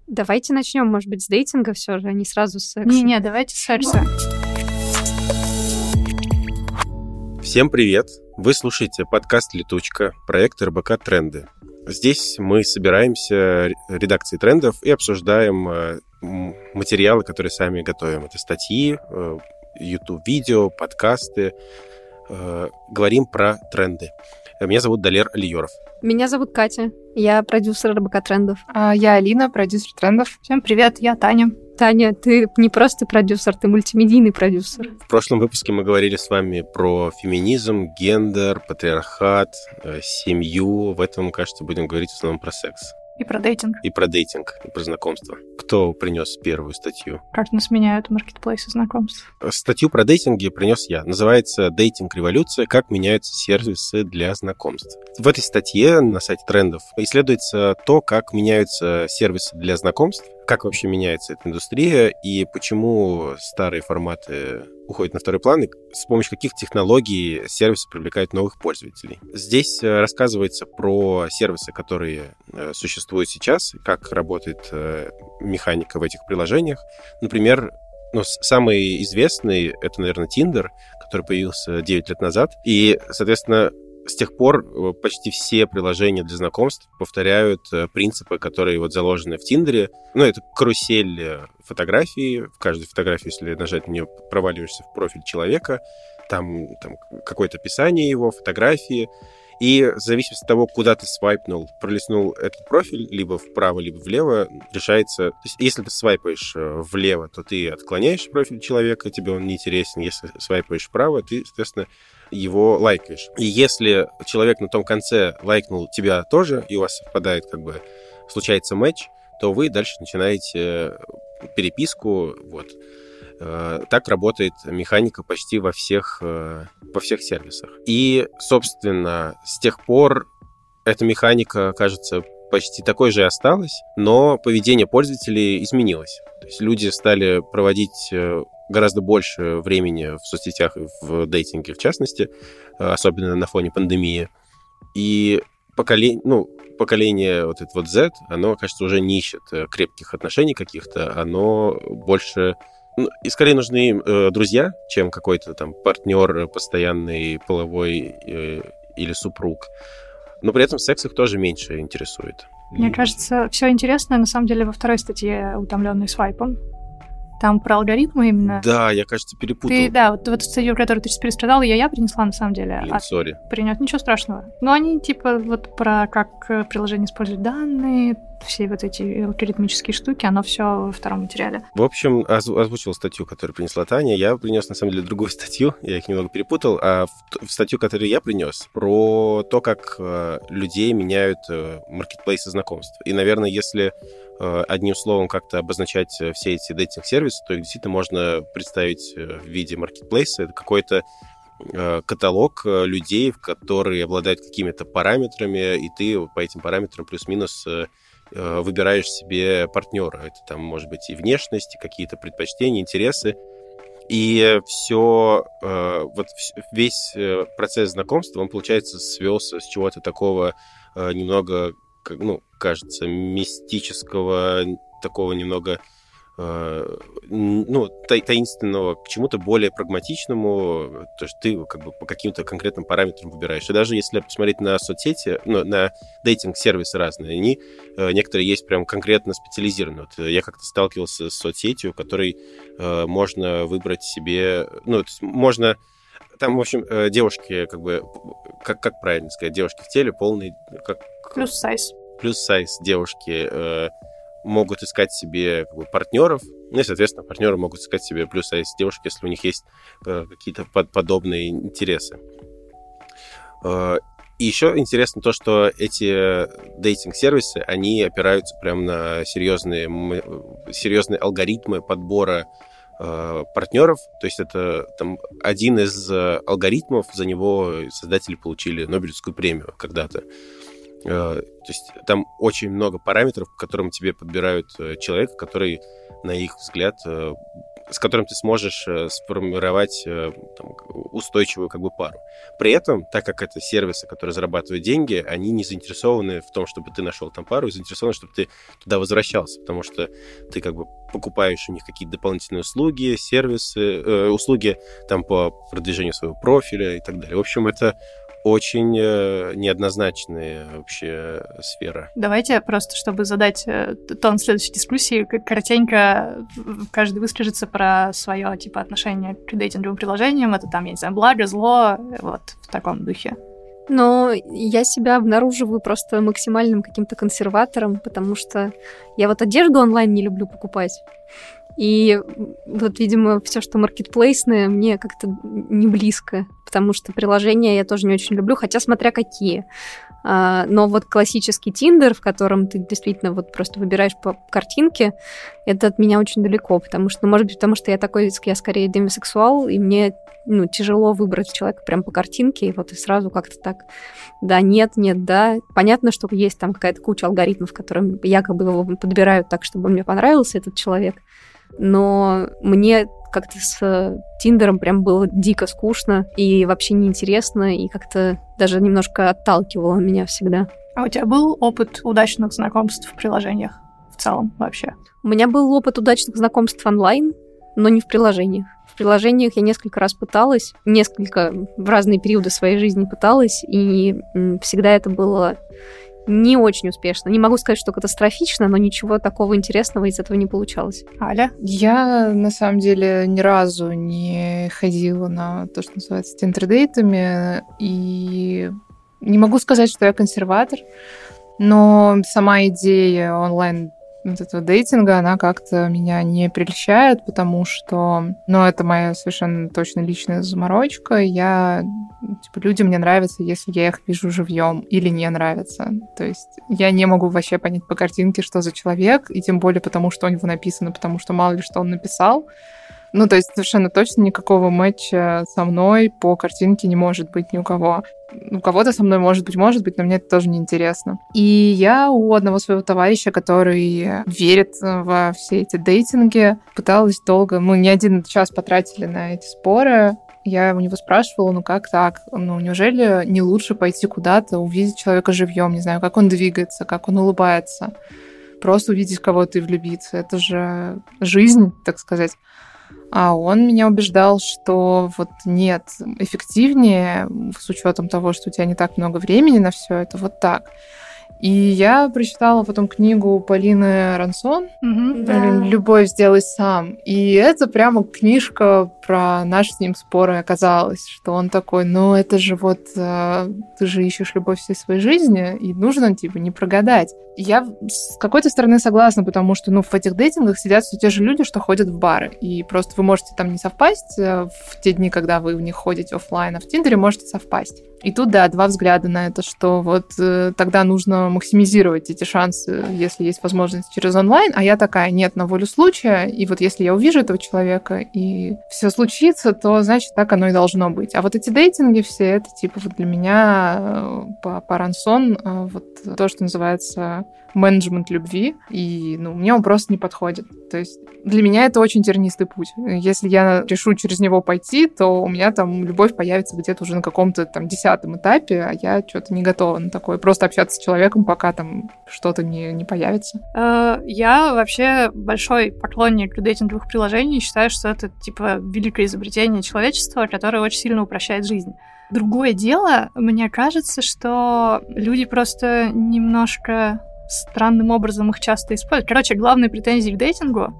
Давайте начнем, может быть, с дейтинга все же, а не сразу с секса. Не-не, давайте с секса. Всем привет! Вы слушаете подкаст «Летучка», проект РБК «Тренды». Здесь мы собираемся редакцией трендов и обсуждаем материалы, которые сами готовим. Это статьи, YouTube-видео, подкасты. Говорим про тренды. Меня зовут Далер Алиеров. Меня зовут Катя. Я продюсер РБК Трендов. Я Алина, продюсер Трендов. Всем привет, я Таня. Таня, ты не просто продюсер, ты мультимедийный продюсер. В прошлом выпуске мы говорили с вами про феминизм, гендер, патриархат, семью. В этом, кажется, будем говорить в основном про секс. И про дейтинг. И про дейтинг, и про знакомство. Кто принес первую статью? Как нас меняют маркетплейсы знакомств? Статью про дейтинги принес я. Называется «Дейтинг-революция. Как меняются сервисы для знакомств». В этой статье на сайте трендов исследуется то, как меняются сервисы для знакомств, как вообще меняется эта индустрия и почему старые форматы уходят на второй план, и с помощью каких технологий сервисы привлекают новых пользователей. Здесь рассказывается про сервисы, которые существуют сейчас, как работает механика в этих приложениях. Например, самый известный — это, наверное, Tinder, который появился 9 лет назад. И, соответственно, с тех пор почти все приложения для знакомств повторяют принципы, которые заложены в Тиндере. Это карусель фотографий. В каждой фотографии, если нажать на нее, проваливаешься в профиль человека. Там какое-то описание его, фотографии. И в зависимости от того, куда ты свайпнул, пролистнул этот профиль, либо вправо, либо влево, решается... То есть, если ты свайпаешь влево, то ты отклоняешь профиль человека, тебе он не интересен. Если свайпаешь вправо, ты, соответственно, его лайкаешь. И если человек на том конце лайкнул тебя тоже, и у вас совпадает, случается матч, то вы дальше начинаете переписку. Так работает механика почти во всех сервисах. И, собственно, с тех пор эта механика, кажется, почти такой же и осталась, но поведение пользователей изменилось. То есть люди стали проводить гораздо больше времени в соцсетях и в дейтинге, в частности, особенно на фоне пандемии. И поколение Z, оно, кажется, уже не ищет крепких отношений каких-то, оно больше... И скорее нужны им друзья, чем какой-то там партнер постоянный, половой или супруг. Но при этом секс их тоже меньше интересует. Мне кажется, все интересное на самом деле во второй статье «Утомленный свайпом». Там про алгоритмы именно. Да, я, кажется, перепутал. Вот эту статью, которую ты сейчас пересказала, я принесла на самом деле. Сори. Принес, ничего страшного. Но они про как приложение использует данные, все эти алгоритмические штуки, оно все во втором материале. В общем, озвучил статью, которую принесла Таня. Я принес, на самом деле, другую статью. Я их немного перепутал. А в статью, которую я принес, про то, как людей меняют маркетплейсы знакомств. И, наверное, если одним словом как-то обозначать все эти дейтинг-сервисы, то их действительно можно представить в виде маркетплейса. Это какой-то каталог людей, которые обладают какими-то параметрами, и ты по этим параметрам плюс-минус выбираешь себе партнера. Это там может быть и внешность, и какие-то предпочтения, интересы. И весь процесс знакомства, он, получается, свелся с чего-то такого немного, кажется, мистического, такого немного таинственного к чему-то более прагматичному, то есть ты по каким-то конкретным параметрам выбираешь. И даже если посмотреть на соцсети, на дейтинг-сервисы разные, они некоторые есть прям конкретно специализированные. Я как-то сталкивался с соцсетью, в которой можно выбрать себе... то есть можно... Там, в общем, девушки, как правильно сказать, девушки в теле полные... Плюс-сайз. Плюс-сайз девушки могут искать себе партнеров, и, соответственно, партнеры могут искать себе плюс-сайз девушки, если у них есть какие-то подобные интересы. И еще интересно то, что эти дейтинг-сервисы, они опираются прямо на серьезные алгоритмы подбора партнеров. То есть это один из алгоритмов, за него создатели получили Нобелевскую премию когда-то. То есть там очень много параметров, по которым тебе подбирают человека, который, на их взгляд, с которым ты сможешь сформировать там, устойчивую как бы пару. При этом, так как это сервисы, которые зарабатывают деньги, они не заинтересованы в том, чтобы ты нашел там пару, заинтересованы, чтобы ты туда возвращался, потому что ты как бы покупаешь у них какие-то дополнительные услуги, сервисы, услуги там по продвижению своего профиля и так далее. В общем, это очень неоднозначная вообще сфера. Давайте просто, чтобы задать тон следующей дискуссии, коротенько каждый выскажется про свое типа отношение к дейтинговым приложениям. Это там, я не знаю, благо, зло, вот в таком духе. Но я себя обнаруживаю просто максимальным каким-то консерватором, потому что я вот одежду онлайн не люблю покупать. И вот, видимо, все, что маркетплейсное, мне как-то не близко, потому что приложения я тоже не очень люблю, хотя смотря какие. Но вот классический Tinder, в котором ты действительно вот просто выбираешь по картинке, это от меня очень далеко, потому что, может быть, потому что я скорее демисексуал, и мне тяжело выбрать человека прям по картинке, и вот и сразу как-то так да, нет, да. Понятно, что есть там какая-то куча алгоритмов, которым якобы его подбирают так, чтобы мне понравился этот человек, но мне как-то с Тиндером прям было дико скучно и вообще неинтересно, и как-то даже немножко отталкивало меня всегда. А у тебя был опыт удачных знакомств в приложениях в целом вообще? У меня был опыт удачных знакомств онлайн, но не в приложениях. В приложениях я несколько раз пыталась, в разные периоды своей жизни пыталась, и всегда это было не очень успешно. Не могу сказать, что катастрофично, но ничего такого интересного из этого не получалось. Аля? Я, на самом деле, ни разу не ходила на то, что называется тиндер-дейтами, и не могу сказать, что я консерватор, но сама идея онлайн вот этого дейтинга, она как-то меня не прельщает, потому что, это моя совершенно точно личная заморочка. Люди мне нравятся, если я их вижу живьем, или не нравятся. То есть я не могу вообще понять по картинке, что за человек, и тем более потому, что у него написано, потому что мало ли что он написал. То есть совершенно точно никакого матча со мной по картинке не может быть ни у кого. У кого-то со мной может быть, но мне это тоже неинтересно. И я у одного своего товарища, который верит во все эти дейтинги, пыталась долго, мы не один час потратили на эти споры. Я у него спрашивала, как так? Неужели не лучше пойти куда-то, увидеть человека живьем, не знаю, как он двигается, как он улыбается, просто увидеть кого-то и влюбиться. Это же жизнь, так сказать. А он меня убеждал, что вот нет, эффективнее, с учетом того, что у тебя не так много времени на все это, вот так. И я прочитала потом книгу Полины Рансон «Любовь сделай сам». И это прямо книжка про наши с ним споры оказалось, что он такой, это же вот ты же ищешь любовь всей своей жизни, и нужно не прогадать. Я с какой-то стороны согласна, потому что в этих дейтингах сидят все те же люди, что ходят в бары. И просто вы можете там не совпасть в те дни, когда вы в них ходите офлайн, а в Тиндере можете совпасть. И тут, да, два взгляда на это, что вот тогда нужно максимизировать эти шансы, если есть возможность через онлайн, а я такая, нет, на волю случая, и вот если я увижу этого человека, и все случится, то, значит, так оно и должно быть. А вот эти дейтинги все, это вот для меня по Рансон вот то, что называется менеджмент любви, и мне он просто не подходит. То есть для меня это очень тернистый путь. Если я решу через него пойти, то у меня там любовь появится где-то уже на каком-то там 10-м этапе, а я что-то не готова на такое. Просто общаться с человеком, пока там что-то не появится. Я вообще большой поклонник дейтинговых приложений. Считаю, что это великое изобретение человечества, которое очень сильно упрощает жизнь. Другое дело, мне кажется, что люди просто немножко странным образом их часто используют. Главные претензии к дейтингу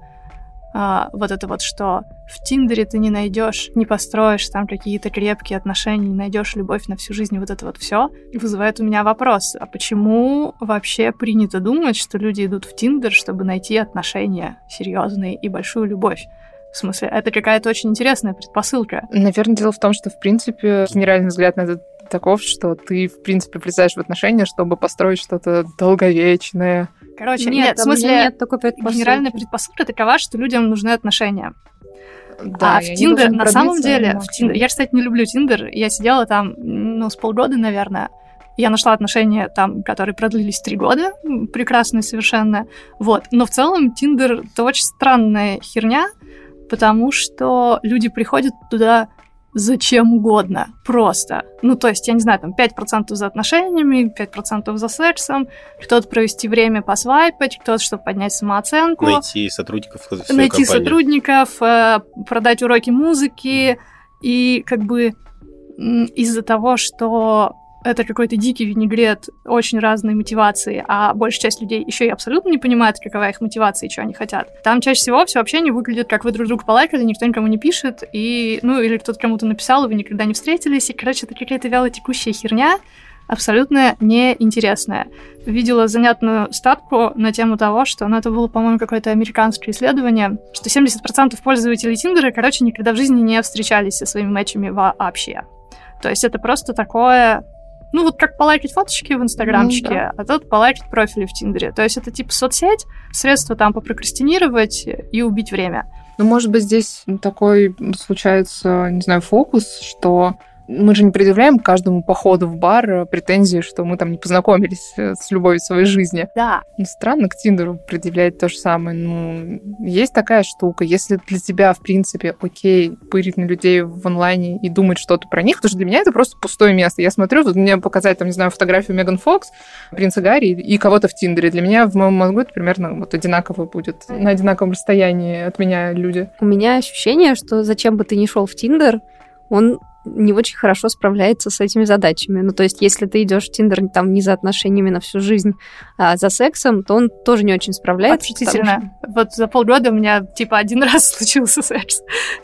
вот это вот, что в Тиндере ты не найдешь, не построишь там какие-то крепкие отношения, не найдешь любовь на всю жизнь, вот это вот все вызывает у меня вопрос, а почему вообще принято думать, что люди идут в Тиндер, чтобы найти отношения серьезные и большую любовь? В смысле, это какая-то очень интересная предпосылка. Наверное, дело в том, что, в принципе, генеральный взгляд на это таков, что ты, в принципе, влезаешь в отношения, чтобы построить что-то долговечное. Нет, в смысле, нет такой предпосылки. Генеральная предпосылка такова, что людям нужны отношения. Да, а в Тиндер, на самом деле, я, кстати, не люблю Тиндер, я сидела там, с полгода, наверное, Я нашла отношения там, которые продлились 3 года, прекрасные совершенно. Вот. Но в целом Tinder — это очень странная херня, потому что люди приходят туда зачем угодно, просто. Ну, то есть, я не знаю, там 5% за отношениями, 5% за сексом, кто-то провести время посвайпать, кто-то, чтобы поднять самооценку. Найти сотрудников в свою Найти компанию. сотрудников, продать уроки музыки. И как бы из-за того, что это какой-то дикий винегрет, очень разные мотивации, а большая часть людей еще и абсолютно не понимает, какова их мотивация и что они хотят. Там чаще всего все общение выглядит, как вы друг друга полайкали, никто никому не пишет, и, ну, или кто-то кому-то написал, и вы никогда не встретились, и, короче, это какая-то вялотекущая херня, абсолютно неинтересная. Видела занятную статку на тему того, что, ну, это было, по-моему, какое-то американское исследование, что 70% пользователей Тиндера, короче, никогда в жизни не встречались со своими матчами вообще. То есть это просто такое... Ну, вот как полайкать фоточки в Инстаграмчике, а тут полайкать профили в Тиндере. То есть это типа соцсеть, средство там попрокрастинировать и убить время. Ну, может быть, здесь такой случается, не знаю, фокус, что мы же не предъявляем каждому походу в бар претензии, что мы там не познакомились с любовью в своей жизни. Да. Ну, странно к Тиндеру предъявлять то же самое. Ну, есть такая штука. Если для тебя, в принципе, окей, пырить на людей в онлайне и думать что-то про них, потому что для меня это просто пустое место. Я смотрю, тут мне показать, там, не знаю, фотографию Меган Фокс, принца Гарри и кого-то в Тиндере. Для меня в моем мозгу это примерно вот одинаково будет. На одинаковом расстоянии от меня люди. У меня ощущение, что зачем бы ты ни шел в Тиндер, он не очень хорошо справляется с этими задачами. Ну, то есть, если ты идешь в Тиндер там не за отношениями на всю жизнь, а за сексом, то он тоже не очень справляется. Отвратительно. Вот за полгода у меня, типа, 1 раз случился секс,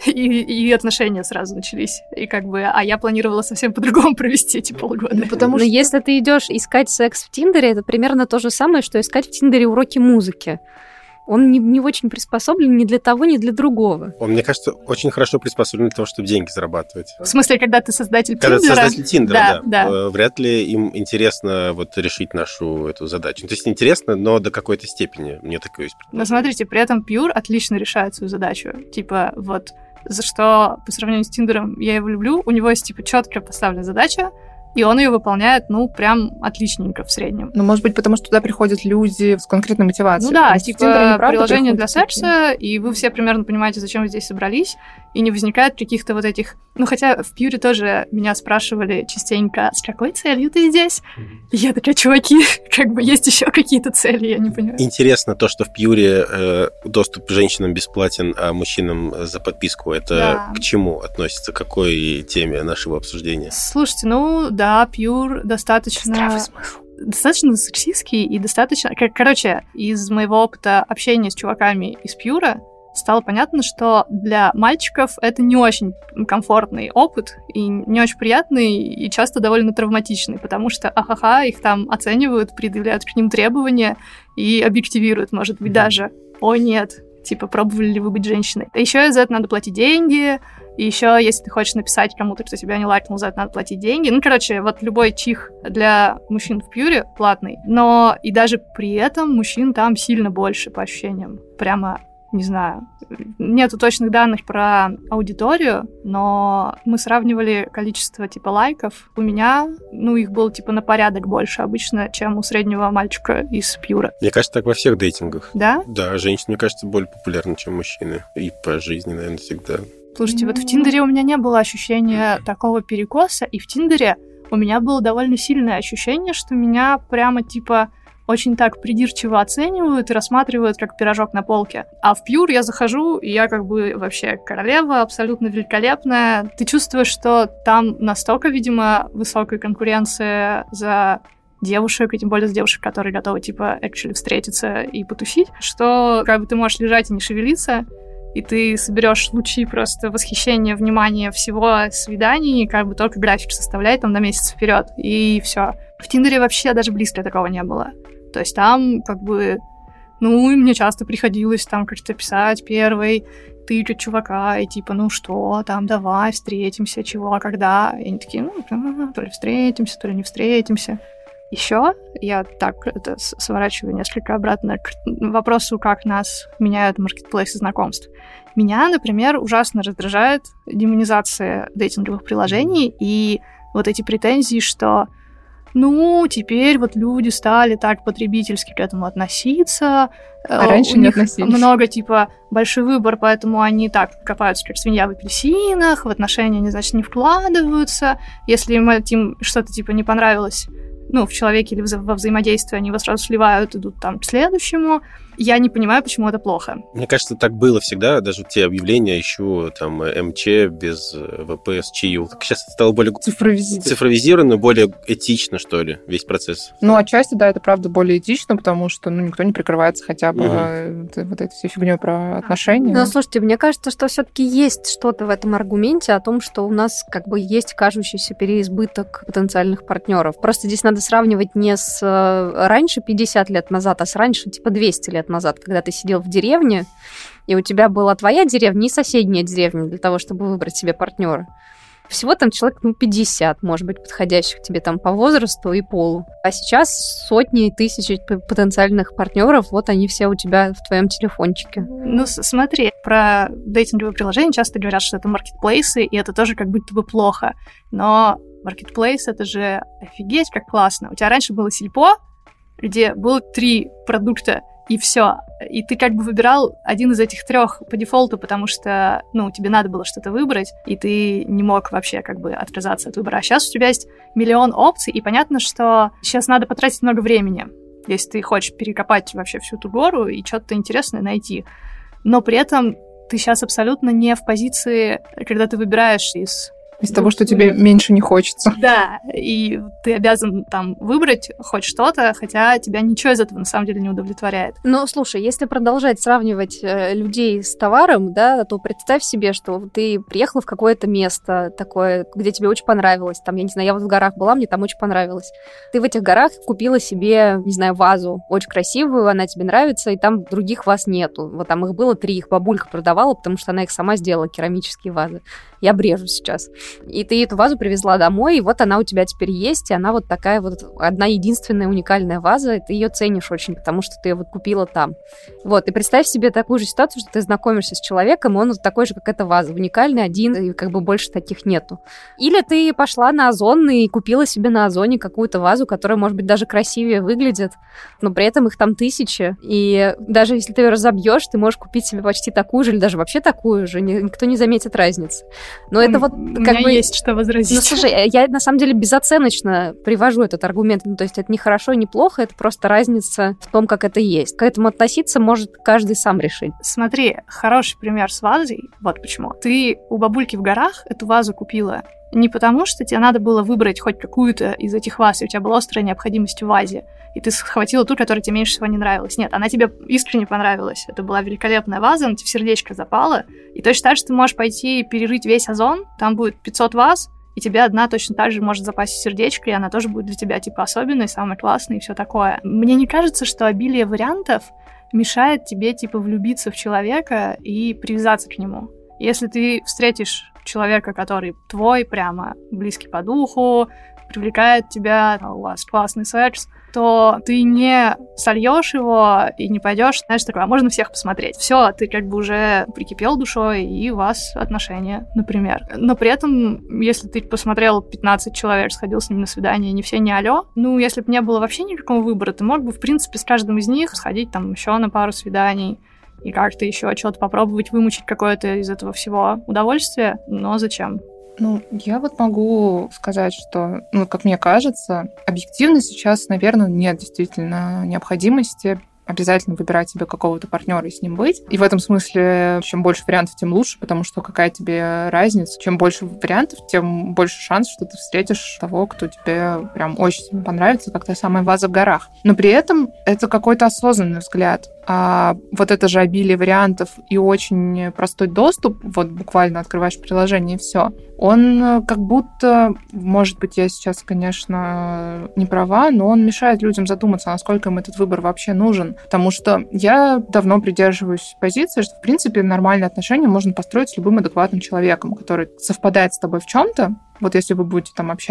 и отношения сразу начались. И как бы, а я планировала совсем по-другому провести эти полгода. Но если ты идешь искать секс в Тиндере, это примерно то же самое, что искать в Тиндере уроки музыки. Он не очень приспособлен ни для того, ни для другого. Он, мне кажется, очень хорошо приспособлен для того, чтобы деньги зарабатывать. В смысле, когда ты создатель Тиндера? Когда ты создатель Тиндера, да. Вряд ли им интересно вот решить нашу эту задачу. То есть интересно, но до какой-то степени. Мне такое есть. Но смотрите, при этом Pure отлично решает свою задачу. Типа, вот, за что по сравнению с Тиндером я его люблю, у него есть, типа, четко поставленная задача, и он ее выполняет, ну, прям отличненько в среднем. Ну, может быть, потому что туда приходят люди с конкретной мотивацией. Ну да, типа приложение для секса, и вы все примерно понимаете, зачем вы здесь собрались, и не возникает каких-то вот этих... Ну, хотя в Пьюре тоже меня спрашивали частенько, с какой целью ты здесь? И я такая, чуваки, как бы есть еще какие-то цели, я не понимаю. Интересно то, что в Пьюре доступ к женщинам бесплатен, а мужчинам за подписку. Это к чему относится? К какой теме нашего обсуждения? Слушайте, ну да, Pure достаточно... Здравый смысл. Достаточно сексистский и достаточно... Короче, из моего опыта общения с чуваками из Пьюра стало понятно, что для мальчиков это не очень комфортный опыт и не очень приятный, и часто довольно травматичный, потому что, их там оценивают, предъявляют к ним требования и объективируют, может быть, даже. О, нет, типа, пробовали ли вы быть женщиной? А еще за это надо платить деньги, и еще, если ты хочешь написать кому-то, кто тебя не лайкнул, за это надо платить деньги. Ну, короче, вот любой чих для мужчин в Пьюре платный, но и даже при этом мужчин там сильно больше, по ощущениям. Прямо, не знаю, нету точных данных про аудиторию, но мы сравнивали количество, типа, лайков. У меня, ну, их было, типа, на порядок больше обычно, чем у среднего мальчика из Пьюра. Мне кажется, так во всех дейтингах. Да? Да, женщины, мне кажется, более популярны, чем мужчины. И по жизни, наверное, всегда. Слушайте, вот в Тиндере у меня не было ощущения такого перекоса, и в Тиндере у меня было довольно сильное ощущение, что меня прямо, типа, очень так придирчиво оценивают и рассматривают как пирожок на полке. А в Pure я захожу, и я как бы вообще королева, абсолютно великолепная. Ты чувствуешь, что там настолько, видимо, высокая конкуренция за девушек, и тем более за девушек, которые готовы, типа, actually встретиться и потусить, что как бы ты можешь лежать и не шевелиться, и ты соберешь лучи просто восхищения, внимания всего свиданий, и как бы только график составлять там на месяц вперед, и все. В Тиндере вообще даже близко такого не было. То есть там как бы, ну, и мне часто приходилось там как-то писать первый, тыкать чувака, и типа, ну что, там, давай, встретимся, чего, когда. И они такие, ну, то ли встретимся, то ли не встретимся. Еще я так это сворачиваю несколько обратно к вопросу, как нас меняют маркетплейсы знакомств. Меня, например, ужасно раздражает демонизация дейтинговых приложений и вот эти претензии, что теперь вот люди стали так потребительски к этому относиться. А раньше не относились. Много, большой выбор, поэтому они так копаются, как свинья в апельсинах, в отношения они, значит, не вкладываются. Если им что-то, не понравилось, в человеке или во взаимодействии, они его сразу сливают, идут там к следующему. Я не понимаю, почему это плохо. Мне кажется, так было всегда. Даже те объявления «ищу там МЧ без ВП с ЧИЮ». Сейчас это стало более цифровизировано, более этично, что ли, весь процесс. Отчасти, да, это правда более этично, потому что, никто не прикрывается хотя бы вот этой всей фигней про отношения. Слушайте, мне кажется, что все-таки есть что-то в этом аргументе о том, что у нас есть кажущийся переизбыток потенциальных партнеров. Просто здесь надо сравнивать не с раньше 50 лет назад, а с раньше 200 лет назад, когда ты сидел в деревне, и у тебя была твоя деревня и соседняя деревня для того, чтобы выбрать себе партнера. Всего там человек, 50, может быть, подходящих тебе там по возрасту и полу. А сейчас сотни и тысячи потенциальных партнеров, вот они все у тебя в твоем телефончике. Смотри, про дейтинговые приложения часто говорят, что это маркетплейсы, и это тоже как будто бы плохо. Но маркетплейс — это же офигеть как классно. У тебя раньше было сельпо, где было 3 продукта, и все. И ты выбирал один из этих 3 по дефолту, потому что, тебе надо было что-то выбрать, и ты не мог вообще отказаться от выбора. А сейчас у тебя есть миллион опций, и понятно, что сейчас надо потратить много времени, если ты хочешь перекопать вообще всю эту гору и что-то интересное найти. Но при этом ты сейчас абсолютно не в позиции, когда ты выбираешь из того, что тебе меньше не хочется. Да, и ты обязан выбрать хоть что-то, хотя тебя ничего из этого на самом деле не удовлетворяет. Слушай, если продолжать сравнивать людей с товаром, да, то представь себе, что ты приехала в какое-то место такое, где тебе очень понравилось. Там, я не знаю, я в горах была, мне там очень понравилось. Ты в этих горах купила себе, не знаю, вазу очень красивую, она тебе нравится, и там других ваз нету. Вот там их было 3, их бабулька продавала, потому что она их сама сделала, керамические вазы. Я брежу сейчас. И ты эту вазу привезла домой, и вот она у тебя теперь есть, и она вот такая одна единственная уникальная ваза, и ты ее ценишь очень, потому что ты ее купила там. И представь себе такую же ситуацию, что ты знакомишься с человеком, и он такой же, как эта ваза, уникальный, один, и больше таких нету. Или ты пошла на Озон и купила себе на Озоне какую-то вазу, которая, может быть, даже красивее выглядит, но при этом их там 1000, и даже если ты ее разобьешь, ты можешь купить себе почти такую же, или даже вообще такую же, никто не заметит разницы. Но это у меня есть что возразить. Слушай, я на самом деле безоценочно привожу этот аргумент. То есть это не хорошо, не плохо, это просто разница в том, как это есть. К этому относиться может каждый сам решить. Смотри, хороший пример с вазой. Вот почему. Ты у бабульки в горах эту вазу купила не потому, что тебе надо было выбрать хоть какую-то из этих ваз, и у тебя была острая необходимость в вазе, и ты схватила ту, которая тебе меньше всего не нравилась. Нет, она тебе искренне понравилась. Это была великолепная ваза, она тебе в сердечко запала. И точно так же ты можешь пойти перерыть весь Озон, там будет 500 ваз, и тебе одна точно так же может запасть в сердечко, и она тоже будет для тебя особенной, самой классной и все такое. Мне не кажется, что обилие вариантов мешает тебе влюбиться в человека и привязаться к нему. Если ты встретишь человека, который твой, прямо близкий по духу, привлекает тебя, у вас классный секс, то ты не сольешь его и не пойдешь, знаешь, такое, а можно всех посмотреть. Все, ты уже прикипел душой, и у вас отношения, например. Но при этом, если ты посмотрел 15 человек, сходил с ними на свидание, не все не алё, если бы не было вообще никакого выбора, ты мог бы, в принципе, с каждым из них сходить еще на пару свиданий, и как-то еще что-то попробовать вымучить какое-то из этого всего удовольствие, но зачем? Я могу сказать, что, как мне кажется, объективно сейчас, наверное, нет действительно необходимости обязательно выбирать себе какого-то партнера и с ним быть. И в этом смысле, чем больше вариантов, тем лучше, потому что какая тебе разница? Чем больше вариантов, тем больше шанс, что ты встретишь того, кто тебе прям очень понравится, как та самая ваза в горах. Но при этом это какой-то осознанный взгляд. А вот это же обилие вариантов и очень простой доступ, буквально открываешь приложение и все, он как будто, может быть, я сейчас, конечно, не права, но он мешает людям задуматься, насколько им этот выбор вообще нужен. Потому что я давно придерживаюсь позиции, что, в принципе, нормальные отношения можно построить с любым адекватным человеком, который совпадает с тобой в чем-то. Если вы будете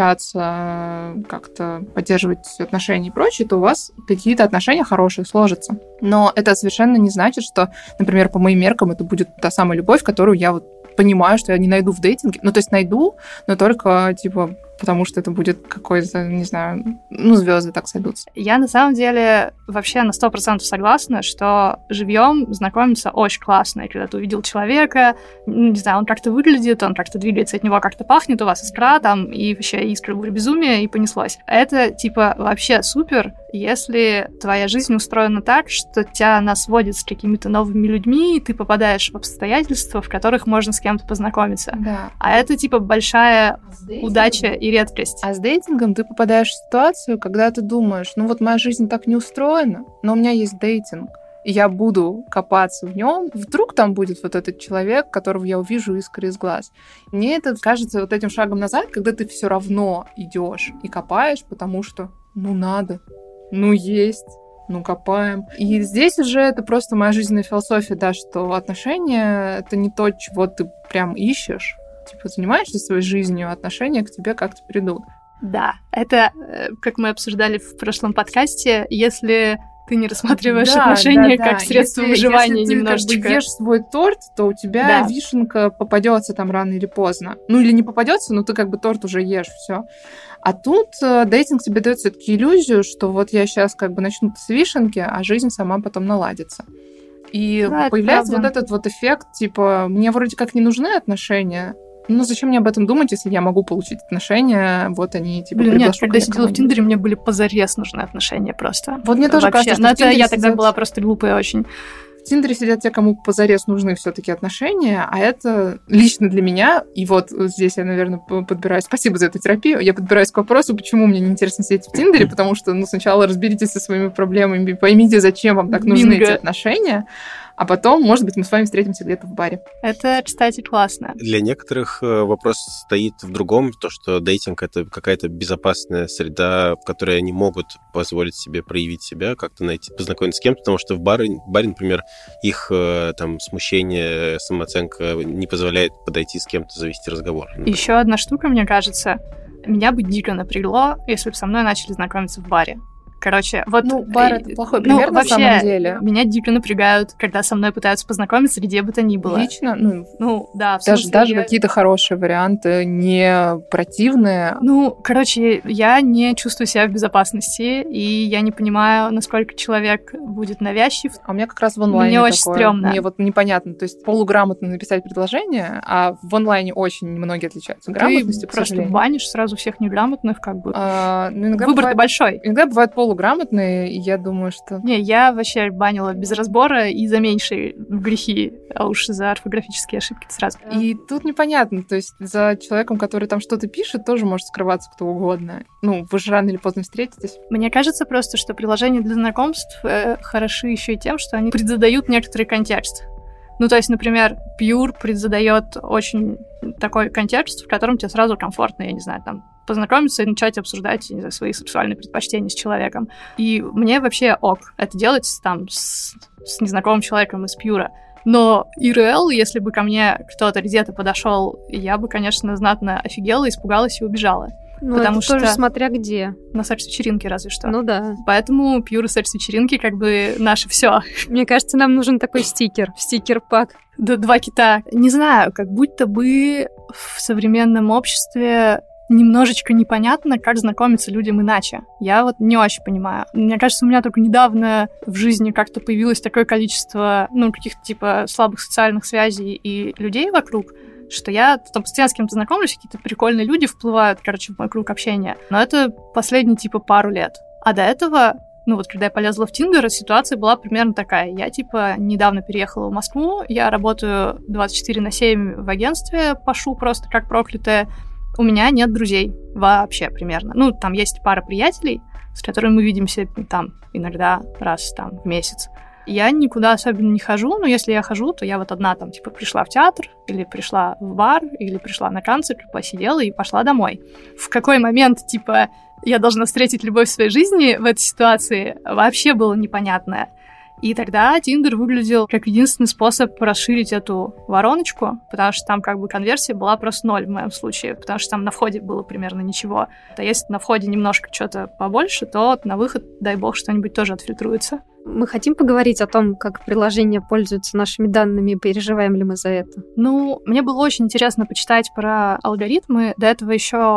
общаться, как-то поддерживать отношения и прочее, то у вас какие-то отношения хорошие сложатся. Но это совершенно не значит, что, например, по моим меркам это будет та самая любовь, которую я понимаю, что я не найду в дейтинге. То есть найду, но только, потому что это будет какой-то, не знаю, звезды так сойдутся. Я на самом деле вообще на 100% согласна, что живьем знакомиться очень классно. И когда ты увидел человека, не знаю, он как-то выглядит, он как-то двигается, от него как-то пахнет, у вас искра там, и вообще искра буря безумия, и понеслось. Это, типа, вообще супер, если твоя жизнь устроена так, что тебя она сводит с какими-то новыми людьми, и ты попадаешь в обстоятельства, в которых можно с кем-то познакомиться. Да. А это, типа, большая удача и редкость. А с дейтингом ты попадаешь в ситуацию, когда ты думаешь, ну вот моя жизнь так не устроена, но у меня есть дейтинг, и я буду копаться в нем. Вдруг там будет вот этот человек, которого я увижу искры из глаз. Мне это кажется вот этим шагом назад, когда ты все равно идешь и копаешь, потому что, надо, есть, копаем. И здесь уже это просто моя жизненная философия, да, что отношения — это не то, чего ты прям ищешь. Типа, занимаешься своей жизнью, отношения к тебе как-то придут. Да, это, как мы обсуждали в прошлом подкасте, если ты не рассматриваешь отношения как средство выживания если немножечко. Если ты ешь свой торт, то у тебя вишенка попадется там рано или поздно. Или не попадется, но ты торт уже ешь, все. А тут дейтинг тебе дает все-таки иллюзию, что вот я сейчас начну с вишенки, а жизнь сама потом наладится. И появляется вот этот вот эффект, типа, мне вроде как не нужны отношения, зачем мне об этом думать, если я могу получить отношения, вот они, типа, нет, когда я сидела в Тиндере, мне были позарез нужны отношения просто. Вот мне тоже кажется, что это я тогда была просто глупая очень. В Тиндере сидят те, кому позарез нужны все-таки отношения, а это лично для меня, и вот здесь я, наверное, подбираюсь, спасибо за эту терапию, я подбираюсь к вопросу, почему мне неинтересно сидеть в Тиндере, потому что, сначала разберитесь со своими проблемами, поймите, зачем вам так нужны эти отношения, а потом, может быть, мы с вами встретимся где-то в баре. Это, кстати, классно. Для некоторых вопрос стоит в другом, то, что дейтинг — это какая-то безопасная среда, в которой они могут позволить себе проявить себя, как-то найти, познакомиться с кем-то, потому что в баре, например, их там смущение, самооценка не позволяет подойти с кем-то, завести разговор. Еще одна штука, мне кажется, меня бы дико напрягло, если бы со мной начали знакомиться в баре. Короче, вот... бар — это плохой пример, на самом деле. Меня дико напрягают, когда со мной пытаются познакомиться, где бы то ни было. Лично? Да. Даже какие-то хорошие варианты, не противные. Я не чувствую себя в безопасности, и я не понимаю, насколько человек будет навязчив. А у меня как раз в онлайне мне такое. Очень стрёмно. Мне вот непонятно. То есть полуграмотно написать предложение, а в онлайне очень немногие отличаются грамотностью, Ты просто банишь сразу всех неграмотных, Выбор-то бывает большой. Иногда бывают полуграмотные, и я думаю, что... Не, я вообще банила без разбора и за меньшие грехи, а уж за орфографические ошибки сразу. И тут непонятно, то есть за человеком, который там что-то пишет, тоже может скрываться кто угодно. Вы же рано или поздно встретитесь. Мне кажется просто, что приложения для знакомств хороши еще и тем, что они предзадают некоторый контекст. То есть, например, Pure предзадает очень такой контекст, в котором тебе сразу комфортно, я не знаю, там, познакомиться и начать обсуждать, не знаю, свои сексуальные предпочтения с человеком. И мне вообще это делать там с незнакомым человеком из Pure. Но IRL, если бы ко мне кто-то где-то подошел, я бы, конечно, знатно офигела, испугалась и убежала. Потому что тоже смотря где. На секс-вечеринке разве что. Да. Поэтому Pure секс-вечеринки наше все. Мне кажется, нам нужен такой стикер-пак. 2 кита. Не знаю, как будто бы в современном обществе немножечко непонятно, как знакомиться людям иначе. Я не очень понимаю. Мне кажется, у меня только недавно в жизни как-то появилось такое количество, каких-то типа слабых социальных связей и людей вокруг, что я там постоянно с кем-то знакомлюсь, какие-то прикольные люди вплывают, в мой круг общения. Но это последние, пару лет. А до этого, когда я полезла в Тиндер, ситуация была примерно такая. Я, недавно переехала в Москву, я работаю 24/7 в агентстве, пашу просто как проклятая. У меня нет друзей вообще примерно. Там есть пара приятелей, с которыми мы видимся там иногда раз в месяц. Я никуда особенно не хожу, но если я хожу, то я одна пришла в театр, или пришла в бар, или пришла на концерт, посидела и пошла домой. В какой момент, я должна встретить любовь в своей жизни в этой ситуации, вообще было непонятно. И тогда Tinder выглядел как единственный способ расширить эту вороночку, потому что там конверсия была просто 0 в моем случае, потому что там на входе было примерно ничего. А если на входе немножко что-то побольше, то на выход, дай бог, что-нибудь тоже отфильтруется. Мы хотим поговорить о том, как приложения пользуются нашими данными, и переживаем ли мы за это? Мне было очень интересно почитать про алгоритмы. До этого еще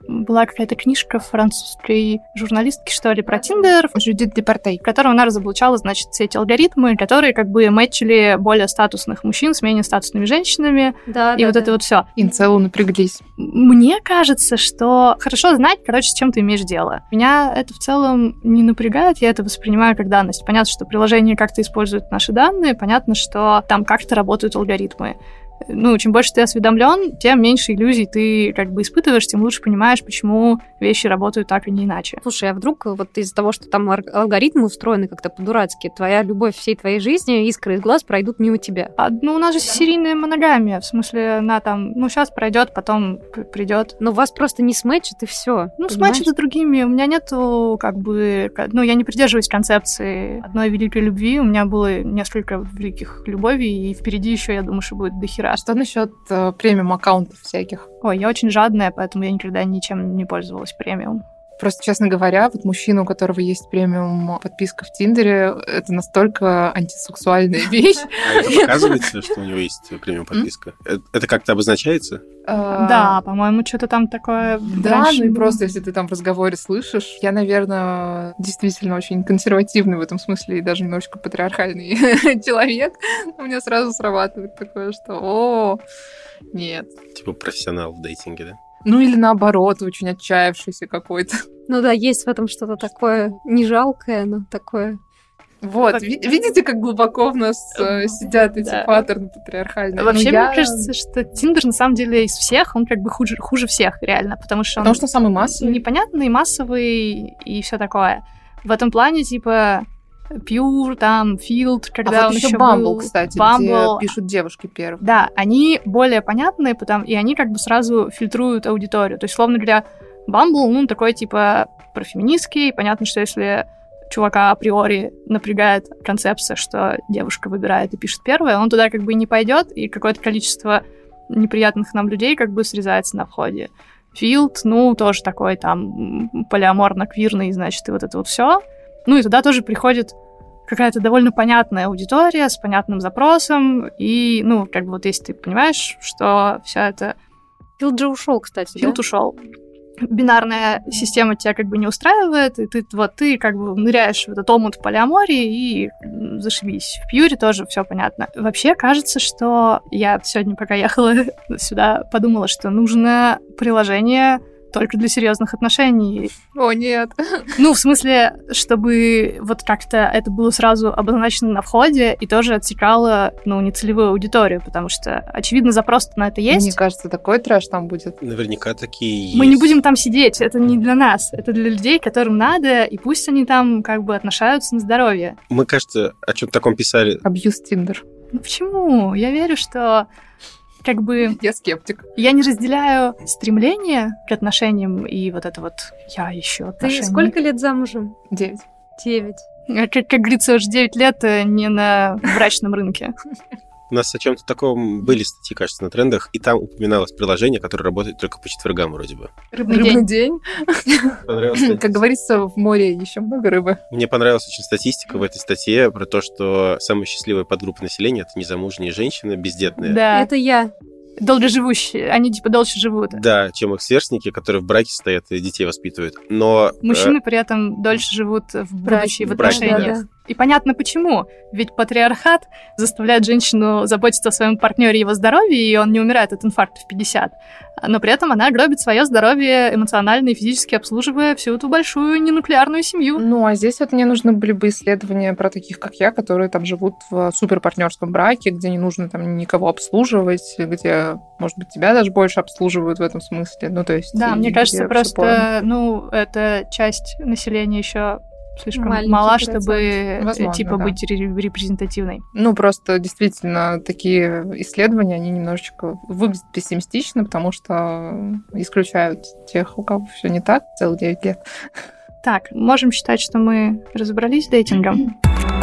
была какая-то книжка французской журналистки, что ли, про Тиндер. Жюдит Департей. В котором она разоблачала, значит, все эти алгоритмы, которые как бы мэтчили более статусных мужчин с менее статусными женщинами. Да, и да, вот да. это вот все. Инцелу напряглись. Мне кажется, что хорошо знать, короче, с чем ты имеешь дело. Меня это в целом не напрягает, я это воспринимаю как данность. Понятно, что приложение как-то использует наши данные, понятно, что там как-то работают алгоритмы. Ну, чем больше ты осведомлен, тем меньше иллюзий ты как бы испытываешь, тем лучше понимаешь, почему вещи работают так, а не иначе. Слушай, а вдруг вот из-за того, что там алгоритмы устроены как-то по-дурацки, твоя любовь всей твоей жизни, искры из глаз пройдут мимо тебя? Ну, у нас же серийная моногамия, в смысле, она там, ну, сейчас пройдет, потом придет. Но вас просто не сметчит, и все. Ну, сметчит с другими. У меня нету, как бы, ну, я не придерживаюсь концепции одной великой любви. У меня было несколько великих любовей, и впереди еще, я думаю, что будет дохера. А что насчет премиум-аккаунтов всяких? Ой, я очень жадная, поэтому я никогда ничем не пользовалась премиум. Просто, честно говоря, вот мужчина, у которого есть премиум подписка в Тиндере, это настолько антисексуальная вещь. А это показывается, что у него есть премиум подписка? Это как-то обозначается? Да, по-моему, что-то там такое... Да, ну и просто, если ты там в разговоре слышишь, я, наверное, действительно очень консервативный в этом смысле и даже немножечко патриархальный человек. У меня сразу срабатывает такое, что нет. Типа профессионал в дейтинге, да? Ну или наоборот, очень отчаявшийся какой-то. Ну да, есть в этом что-то такое не жалкое, но такое... Вот, видите, как глубоко в нас сидят эти паттерны патриархальные? Вообще, мне кажется, что Тиндер, на самом деле, из всех, он как бы хуже всех, реально, потому что он самый массовый. Непонятный, массовый и все такое. В этом плане, типа, Pure, там, Field, когда он еще еще Bumble, был... кстати, Bumble, где пишут девушки первые. Да, они более понятные, и они как бы сразу фильтруют аудиторию. То есть, словно говоря, Bumble, ну, такой, типа, профеминистский. Понятно, что если чувака априори напрягает концепция, что девушка выбирает и пишет первое, он туда как бы и не пойдет, и какое-то количество неприятных нам людей как бы срезается на входе. Field, ну, тоже такой там полиаморно-квирный, значит, и вот это вот все. Ну, и туда тоже приходит какая-то довольно понятная аудитория с понятным запросом, и, ну, как бы вот если ты понимаешь, что вся эта... Field же ушел, кстати, Field ушел. Бинарная система тебя как бы не устраивает, и ты как бы ныряешь в этот омут полиамории и зашибись. В Пьюре тоже все понятно. Вообще кажется, что я сегодня, пока ехала сюда, подумала, что нужно приложение только для серьезных отношений. О, нет. Ну, в смысле, чтобы вот как-то это было сразу обозначено на входе и тоже отсекало, ну, нецелевую аудиторию, потому что, очевидно, запрос на это есть. Мне кажется, такой трэш там будет. Наверняка такие есть. Мы не будем там сидеть, это не для нас, это для людей, которым надо, и пусть они там как бы отношаются на здоровье. Мы, кажется, о чем-то таком писали. Абьюз Тиндер. Ну почему? Я верю, что как бы... Я скептик. Я не разделяю стремление к отношениям и вот это вот «я ищу отношения». Ты сколько лет замужем? 9. 9. Как говорится, уже 9 лет не на брачном рынке. У нас о чем-то таком были статьи, кажется, на трендах, и там упоминалось приложение, которое работает только по четвергам вроде бы. Рыбный день. Понравилось. Как говорится, в море еще много рыбы. Мне понравилась очень статистика в этой статье про то, что самая счастливая подгруппа населения — это незамужние женщины, бездетные. Да. Это я. Долгоживущие. Они типа дольше живут. Да, чем их сверстники, которые в браке стоят и детей воспитывают. Но мужчины при этом дольше живут в будущем, в отношениях. Да. И понятно почему. Ведь патриархат заставляет женщину заботиться о своем партнере и его здоровье, и он не умирает от инфаркта в 50. Но при этом она гробит свое здоровье эмоционально и физически, обслуживая всю эту большую ненуклеарную семью. Ну, а здесь вот мне нужны были бы исследования про таких, как я, которые там живут в суперпартнерском браке, где не нужно там никого обслуживать, где, может быть, тебя даже больше обслуживают в этом смысле. Ну, то есть... Да, мне кажется, просто, ну, эта часть населения еще слишком маленький мала, процент. чтобы, Возможно, типа, да. быть репрезентативной. Ну, просто действительно такие исследования, они немножечко выглядят пессимистично, потому что исключают тех, у кого все не так, целых 9 лет. Так, можем считать, что мы разобрались с дейтингом?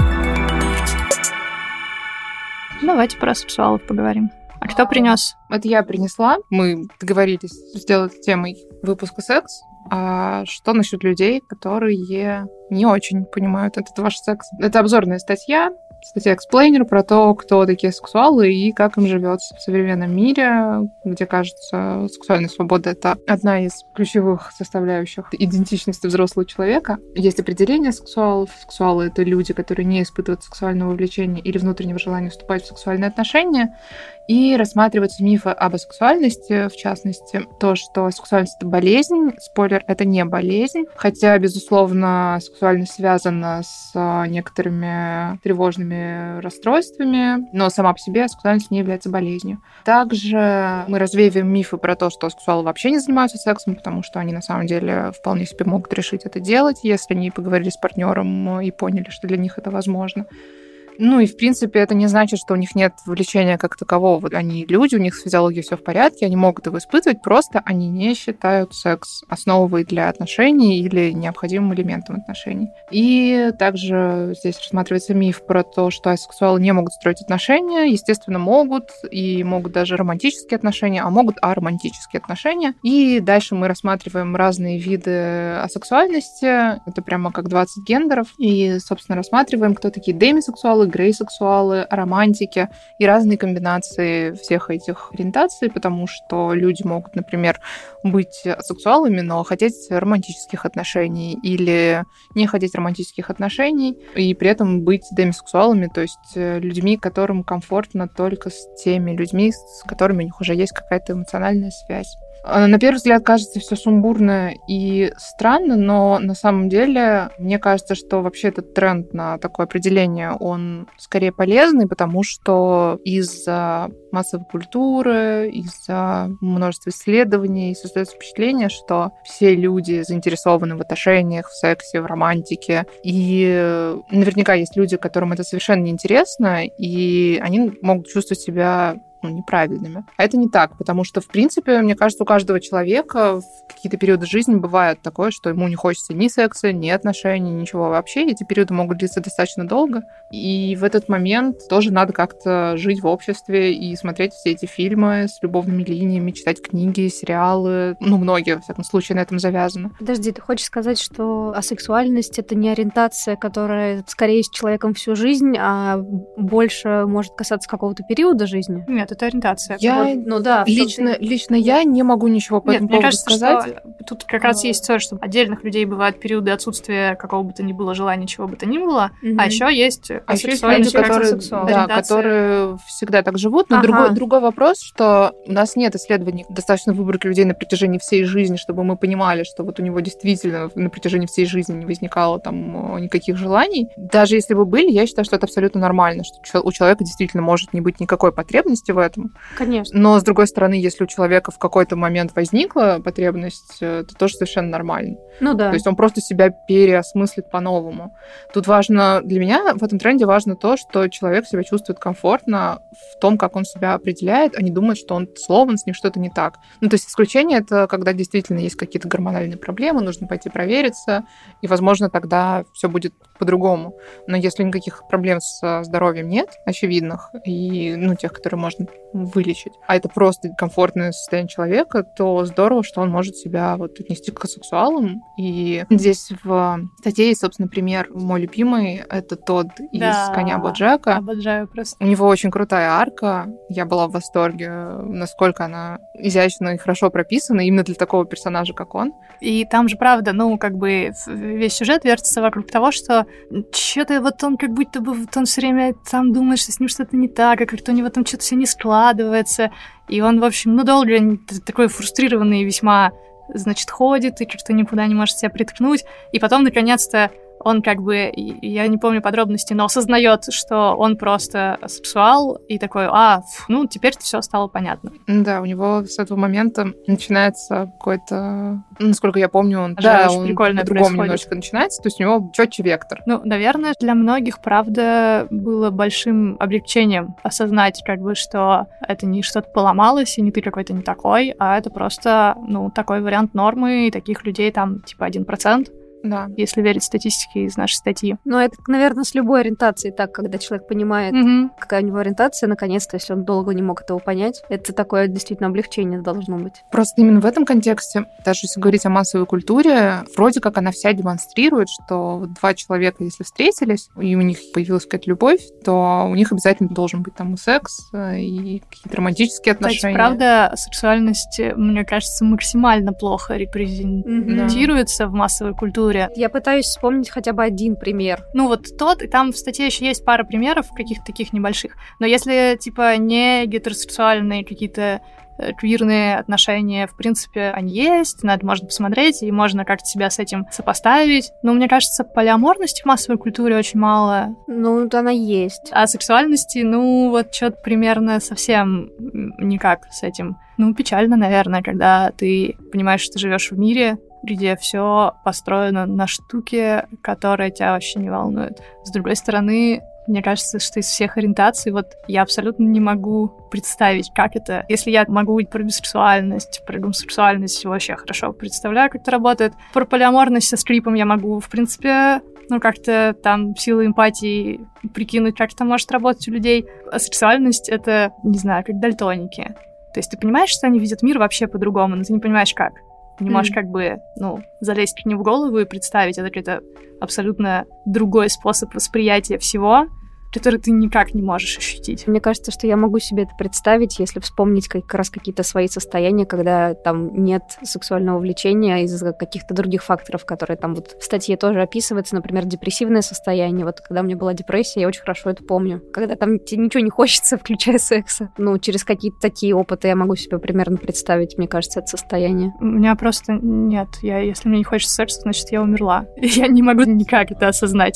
Давайте про сексуалов поговорим. А кто принес? Это я принесла. Мы договорились сделать темой выпуска секс. А что насчет людей, которые не очень понимают этот ваш секс. Это обзорная статья Explainer про то, кто такие сексуалы и как им живется в современном мире, где, кажется, сексуальная свобода — это одна из ключевых составляющих идентичности взрослого человека. Есть определение сексуалов. Сексуалы — это люди, которые не испытывают сексуального влечения или внутреннего желания вступать в сексуальные отношения. И рассматриваются мифы об асексуальности, в частности, то, что сексуальность — это болезнь. Спойлер, это не болезнь. Хотя, безусловно, сексуальность связана с некоторыми тревожными расстройствами, но сама по себе сексуальность не является болезнью. Также мы развеиваем мифы про то, что сексуалы вообще не занимаются сексом, потому что они на самом деле вполне себе могут решить это делать, если они поговорили с партнером и поняли, что для них это возможно. Ну и, в принципе, это не значит, что у них нет влечения как такового. Вот они люди, у них с физиологией все в порядке, они могут его испытывать, просто они не считают секс основой для отношений или необходимым элементом отношений. И также здесь рассматривается миф про то, что асексуалы не могут строить отношения. Естественно, могут, и могут даже романтические отношения, а могут аромантические отношения. И дальше мы рассматриваем разные виды асексуальности. Это прямо как 20 гендеров. И, собственно, рассматриваем, кто такие демисексуалы, грейсексуалы, романтики и разные комбинации всех этих ориентаций, потому что люди могут, например, быть асексуалами, но хотеть романтических отношений, или не хотеть романтических отношений, и при этом быть демисексуалами, то есть людьми, которым комфортно только с теми людьми, с которыми у них уже есть какая-то эмоциональная связь. На первый взгляд кажется все сумбурно и странно, но на самом деле мне кажется, что вообще этот тренд на такое определение, он скорее полезный, потому что из-за массовой культуры, из-за множества исследований создается впечатление, что все люди заинтересованы в отношениях, в сексе, в романтике. И наверняка есть люди, которым это совершенно неинтересно, и они могут чувствовать себя неправильными. А это не так, потому что, в принципе, мне кажется, у каждого человека в какие-то периоды жизни бывает такое, что ему не хочется ни секса, ни отношений, ничего вообще. Эти периоды могут длиться достаточно долго. И в этот момент тоже надо как-то жить в обществе и смотреть все эти фильмы с любовными линиями, читать книги, сериалы. Многие, во всяком случае, на этом завязаны. Подожди, ты хочешь сказать, что асексуальность — это не ориентация, которая скорее с человеком всю жизнь, а больше может касаться какого-то периода жизни? Нет, это ориентация. Лично я не могу ничего по этому поводу сказать. Что тут как раз есть то, что отдельных людей бывают периоды отсутствия какого бы то ни было желания, чего бы то ни было, а еще есть асексуальность, которые всегда так живут. Но другой вопрос, что у нас нет исследований достаточно выборки людей на протяжении всей жизни, чтобы мы понимали, что вот у него действительно на протяжении всей жизни не возникало там никаких желаний. Даже если бы были, я считаю, что это абсолютно нормально, что у человека действительно может не быть никакой потребности в этом. Конечно. Но, с другой стороны, если у человека в какой-то момент возникла потребность, это тоже совершенно нормально. Ну да. То есть он просто себя переосмыслит по-новому. Тут важно, для меня в этом тренде важно то, что человек себя чувствует комфортно в том, как он себя определяет, а не думает, что он словом, с ним что-то не так. То есть исключение — это когда действительно есть какие-то гормональные проблемы, нужно пойти провериться, и, возможно, тогда все будет по-другому. Но если никаких проблем с здоровьем нет, очевидных, и, тех, которые можно вылечить, а это просто комфортное состояние человека, то здорово, что он может себя отнести к асексуалам. И здесь в статье есть, собственно, пример мой любимый, это Тодд из «Коня Боджека». Обожаю просто. У него очень крутая арка. Я была в восторге, насколько она изящно и хорошо прописана именно для такого персонажа, как он. И там же, правда, весь сюжет вертится вокруг того, что что-то он как будто бы он все время там думает, что с ним что-то не так, а как-то у него там что-то все не складывается. И он, в общем, долго такой фрустрированный весьма, ходит и как-то никуда не может себя приткнуть. И потом, наконец-то, он я не помню подробностей, но осознает, что он просто сексуал, и такой, теперь все стало понятно. Да, у него с этого момента начинается какой-то, насколько я помню, он прикольно по-другому немножечко начинается, то есть у него четче вектор. Наверное, для многих, правда, было большим облегчением осознать, что это не что-то поломалось, и не ты какой-то не такой, а это просто, такой вариант нормы, и таких людей там, 1%. Да. если верить статистике из нашей статьи. Но это, наверное, с любой ориентацией так, когда человек понимает, какая у него ориентация, наконец-то, если он долго не мог этого понять, это такое действительно облегчение должно быть. Просто именно в этом контексте, даже если говорить о массовой культуре, вроде как она вся демонстрирует, что два человека, если встретились, и у них появилась какая-то любовь, то у них обязательно должен быть там и секс, и какие-то романтические отношения. Кстати, правда, сексуальность, мне кажется, максимально плохо репрезентируется в массовой культуре. Я пытаюсь вспомнить хотя бы один пример. Ну вот тот, и там в статье еще есть пара примеров каких-то таких небольших. Но если, типа, не гетеросексуальные какие-то квирные отношения, в принципе, они есть, на это можно посмотреть, и можно как-то себя с этим сопоставить. Но мне кажется, полиаморности в массовой культуре очень мало. Ну, она есть. А сексуальности, ну, вот что-то примерно совсем никак с этим. Ну, печально, наверное, когда ты понимаешь, что ты живешь в мире, где все построено на штуке, которая тебя вообще не волнует. С другой стороны, мне кажется, что из всех ориентаций вот я абсолютно не могу представить, как это. Если я могу говорить про бисексуальность, про гомосексуальность, вообще хорошо представляю, как это работает. Про полиаморность со скрипом я могу, в принципе, ну, как-то там силой эмпатии прикинуть, как это может работать у людей. А сексуальность — это, не знаю, как дальтоники. То есть ты понимаешь, что они видят мир вообще по-другому, но ты не понимаешь, как. Не можешь как бы, залезть к ним в голову и представить. Это какой-то абсолютно другой способ восприятия всего, который ты никак не можешь ощутить. Мне кажется, что я могу себе это представить, если вспомнить как раз какие-то свои состояния, когда там нет сексуального влечения из-за каких-то других факторов, которые там вот в статье тоже описываются, например, депрессивное состояние. Вот когда у меня была депрессия, я очень хорошо это помню. Когда там тебе ничего не хочется, включая секса. Через какие-то такие опыты я могу себе примерно представить, мне кажется, это состояние. У меня просто нет. Если мне не хочется секса, значит, я умерла. Я не могу никак это осознать.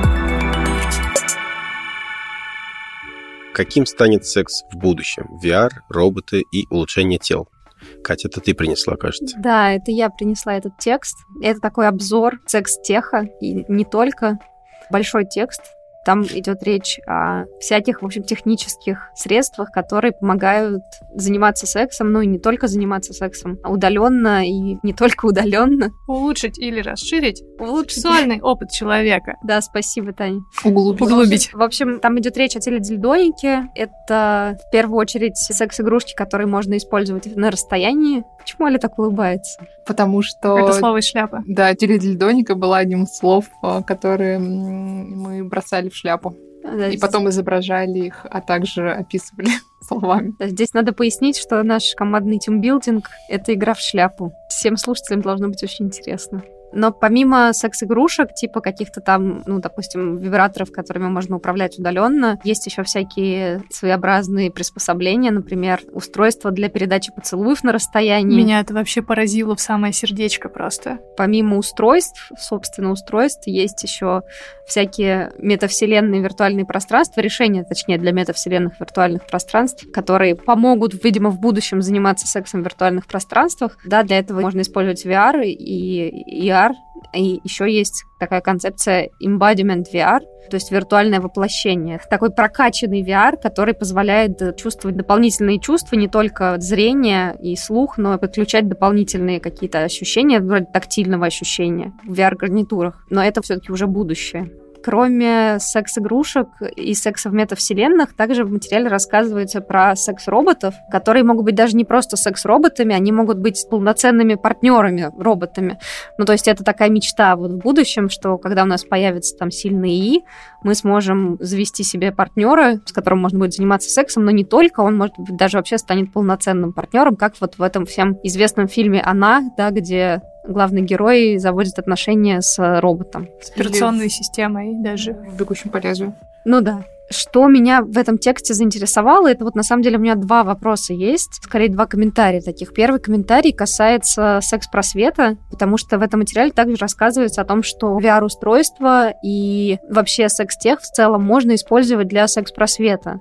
Каким станет секс в будущем? VR, роботы и улучшение тел. Катя, это ты принесла, кажется. Да, это я принесла этот текст. Это такой обзор секс-теха, и не только. Большой текст. Там идет речь о всяких, в общем, технических средствах, которые помогают заниматься сексом, и не только заниматься сексом, а удаленно и не только удаленно. Улучшить или расширить сексуальный опыт человека. Да, спасибо, Таня. Углубить. В общем, там идет речь о теледильдонике. Это, в первую очередь, секс-игрушки, которые можно использовать на расстоянии. Почему Аля так улыбается? Потому что... Это слово из шляпы. Да, теледильдоника была одним из слов, которые мы бросали в шляпу. Да, и потом изображали их, а также описывали словами. Здесь надо пояснить, что наш командный тимбилдинг — это игра в шляпу. Всем слушателям должно быть очень интересно. Но помимо секс-игрушек, типа каких-то там, допустим, вибраторов, которыми можно управлять удаленно, есть еще всякие своеобразные приспособления, например, устройства для передачи поцелуев на расстоянии. Меня это вообще поразило в самое сердечко просто. Помимо устройств, есть еще всякие метавселенные виртуальные пространства, решения, точнее, для метавселенных виртуальных пространств, которые помогут, видимо, в будущем заниматься сексом в виртуальных пространствах. Да, для этого можно использовать VR и ER. И еще есть такая концепция embodiment VR, то есть виртуальное воплощение. Такой прокачанный VR, который позволяет чувствовать дополнительные чувства, не только зрение и слух, но и подключать дополнительные какие-то ощущения, вроде тактильного ощущения в VR-гарнитурах. Но это все-таки уже будущее. Кроме секс-игрушек и секса в метавселенных, также в материале рассказывается про секс-роботов, которые могут быть даже не просто секс-роботами, они могут быть полноценными партнерами-роботами. То есть это такая мечта в будущем, что когда у нас появится там сильный ИИ, мы сможем завести себе партнера, с которым можно будет заниматься сексом, но не только, он, может быть, даже вообще станет полноценным партнером, как вот в этом всем известном фильме «Она», да, где главный герой заводит отношения с роботом. С операционной системой даже. В «Бегущем по лезвию». Да. Что меня в этом тексте заинтересовало, это на самом деле у меня два вопроса есть, скорее два комментария таких. Первый комментарий касается секс-просвета, потому что в этом материале также рассказывается о том, что VR-устройства и вообще секс-тех в целом можно использовать для секс-просвета.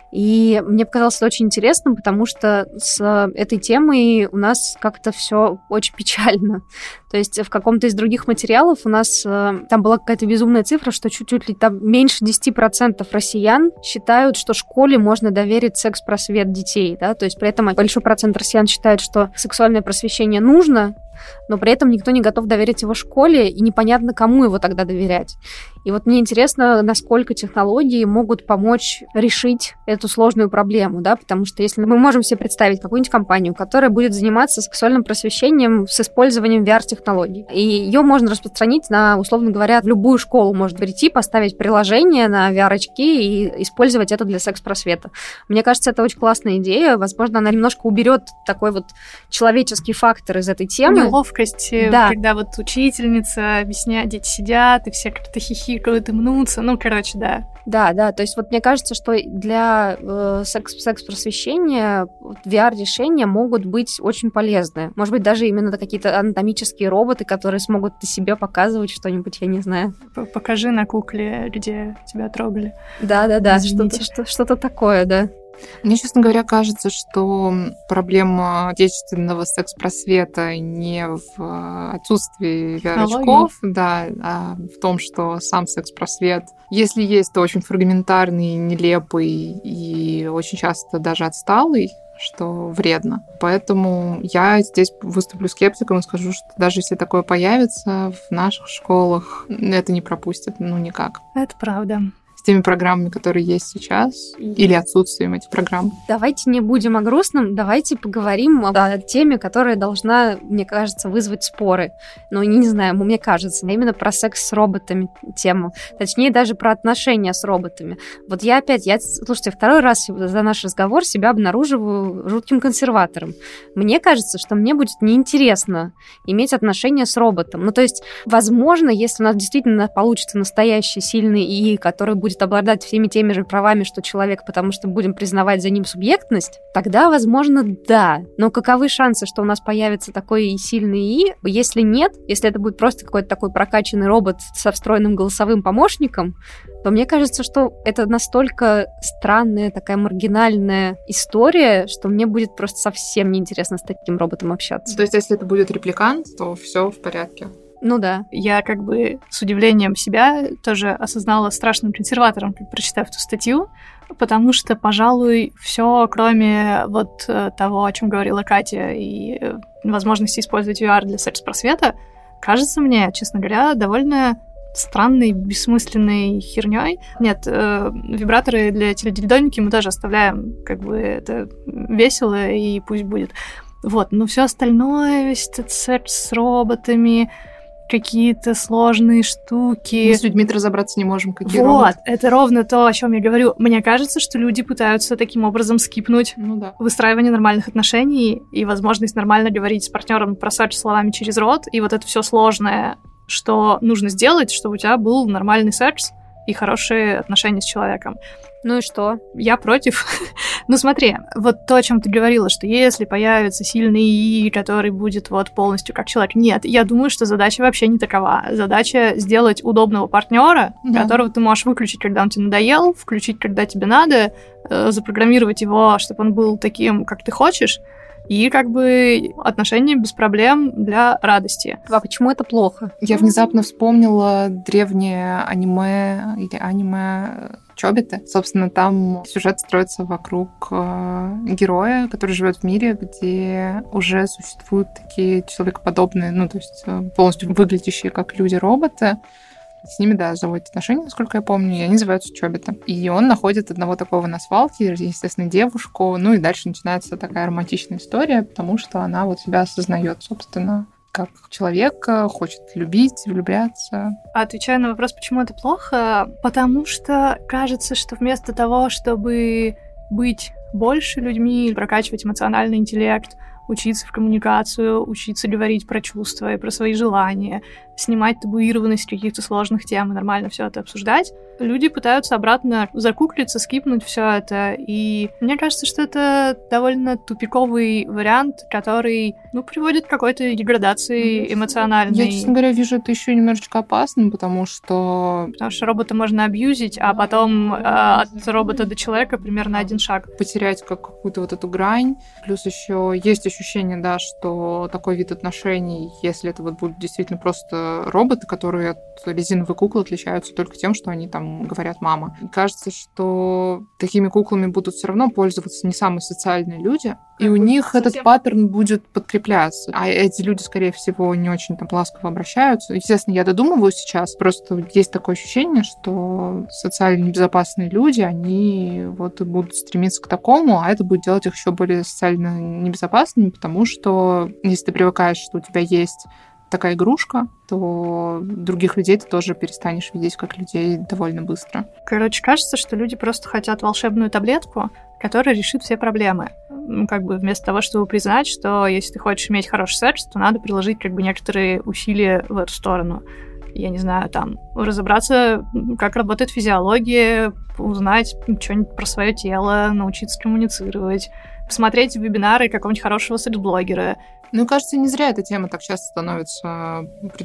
И мне показалось это очень интересным, потому что с этой темой у нас как-то все очень печально. То есть в каком-то из других материалов у нас там была какая-то безумная цифра, что чуть-чуть ли там меньше 10% россиян считают, что школе можно доверить секс-просвет детей. Да? То есть при этом большой процент россиян считает, что сексуальное просвещение нужно, но при этом никто не готов доверить его школе, и непонятно, кому его тогда доверять. И вот мне интересно, насколько технологии могут помочь решить эту сложную проблему, да, потому что если мы можем себе представить какую-нибудь компанию, которая будет заниматься сексуальным просвещением с использованием VR-технологий, и ее можно распространить на, условно говоря, любую школу, может прийти, поставить приложение на VR-очки и использовать это для секс-просвета. Мне кажется, это очень классная идея, возможно, она немножко уберет такой вот человеческий фактор из этой темы. Неловкость, да. Когда вот учительница объясняет, дети сидят, и все как-то хихикают и мнутся, да. Да, то есть вот мне кажется, что для секс-просвещения VR-решения могут быть очень полезны. Может быть, даже именно какие-то анатомические роботы, которые смогут себе показывать что-нибудь, я не знаю. Покажи на кукле, где тебя трогали. Да, что-то такое, да. Мне, честно говоря, кажется, что проблема отечественного секс-просвета не в отсутствии VR-очков, да, а в том, что сам секс-просвет, если есть, то очень фрагментарный, нелепый и очень часто даже отсталый, что вредно. Поэтому я здесь выступлю скептиком и скажу, что даже если такое появится в наших школах, это не пропустят, никак. Это правда. С теми программами, которые есть сейчас, или отсутствием этих программ. Давайте не будем о грустном, давайте поговорим о теме, которая должна, мне кажется, вызвать споры. Не знаю, мне кажется, именно про секс с роботами тему. Точнее, даже про отношения с роботами. Вот слушайте, второй раз за наш разговор себя обнаруживаю жутким консерватором. Мне кажется, что мне будет неинтересно иметь отношения с роботом. То есть, возможно, если у нас действительно получится настоящий сильный ИИ, который будет обладать всеми теми же правами, что человек, потому что будем признавать за ним субъектность, тогда, возможно, да. Но каковы шансы, что у нас появится такой сильный ИИ? Если нет, если это будет просто какой-то такой прокачанный робот со встроенным голосовым помощником, то мне кажется, что это настолько странная, такая маргинальная история, что мне будет просто совсем неинтересно с таким роботом общаться. То есть, если это будет репликант, то все в порядке. Да. Я с удивлением себя тоже осознала страшным консерватором, прочитав эту статью, потому что, пожалуй, все, кроме того, о чем говорила Катя, и возможности использовать VR для секс-просвета, кажется мне, честно говоря, довольно странной, бессмысленной херней. Нет, вибраторы для теледильдоники мы тоже оставляем, это весело, и пусть будет. Но все остальное, весь этот секс с роботами, какие-то сложные штуки. Мы с людьми разобраться не можем, какие роботы. Это ровно то, о чем я говорю. Мне кажется, что люди пытаются таким образом скипнуть выстраивание нормальных отношений и возможность нормально говорить с партнером про секс словами через рот, и это все сложное, что нужно сделать, чтобы у тебя был нормальный секс и хорошие отношения с человеком. И что? Я против. Смотри, то, о чем ты говорила, что если появится сильный ИИ, который будет полностью как человек. Нет, я думаю, что задача вообще не такова. Задача сделать удобного партнера, которого ты можешь выключить, когда он тебе надоел, включить, когда тебе надо, запрограммировать его, чтобы он был таким, как ты хочешь, и отношения без проблем для радости. А почему это плохо? Я внезапно вспомнила древнее аниме Чобиты. Собственно, там сюжет строится вокруг героя, который живет в мире, где уже существуют такие человекоподобные, то есть полностью выглядящие как люди-роботы. С ними, заводят отношения, насколько я помню, и они называются Чобиты. И он находит одного такого на свалке, естественно, девушку, и дальше начинается такая романтичная история, потому что она себя осознает, собственно, как человек, хочет любить, влюбляться. Отвечая на вопрос, почему это плохо, потому что кажется, что вместо того, чтобы быть больше людьми, прокачивать эмоциональный интеллект, учиться в коммуникацию, учиться говорить про чувства и про свои желания, снимать табуированность каких-то сложных тем и нормально все это обсуждать, люди пытаются обратно закуклиться, скипнуть все это. И мне кажется, что это довольно тупиковый вариант, который, приводит к какой-то деградации эмоциональной. Я, честно говоря, вижу это еще немножечко опасным, потому что робота можно абьюзить, а потом от робота до человека примерно один шаг. Потерять какую-то эту грань. Плюс еще есть ощущение, что такой вид отношений, если это будут действительно просто роботы, которые от резиновой куклы отличаются только тем, что они говорят «мама». И кажется, что такими куклами будут все равно пользоваться не самые социальные люди, И у них этот паттерн будет подкрепляться. А эти люди, скорее всего, не очень там ласково обращаются. Естественно, я додумываю сейчас. Просто есть такое ощущение, что социально небезопасные люди, они вот будут стремиться к такому, а это будет делать их еще более социально небезопасными, потому что если ты привыкаешь, что у тебя есть такая игрушка, то других людей ты тоже перестанешь видеть как людей довольно быстро. Короче, кажется, что люди просто хотят волшебную таблетку, которая решит все проблемы. Как бы вместо того, чтобы признать, что если ты хочешь иметь хороший секс, то надо приложить как бы некоторые усилия в эту сторону. Я не знаю, там, разобраться, как работает физиология, узнать что-нибудь про свое тело, научиться коммуницировать, посмотреть вебинары какого-нибудь хорошего секс-блогера. Ну, кажется, не зря эта тема так часто становится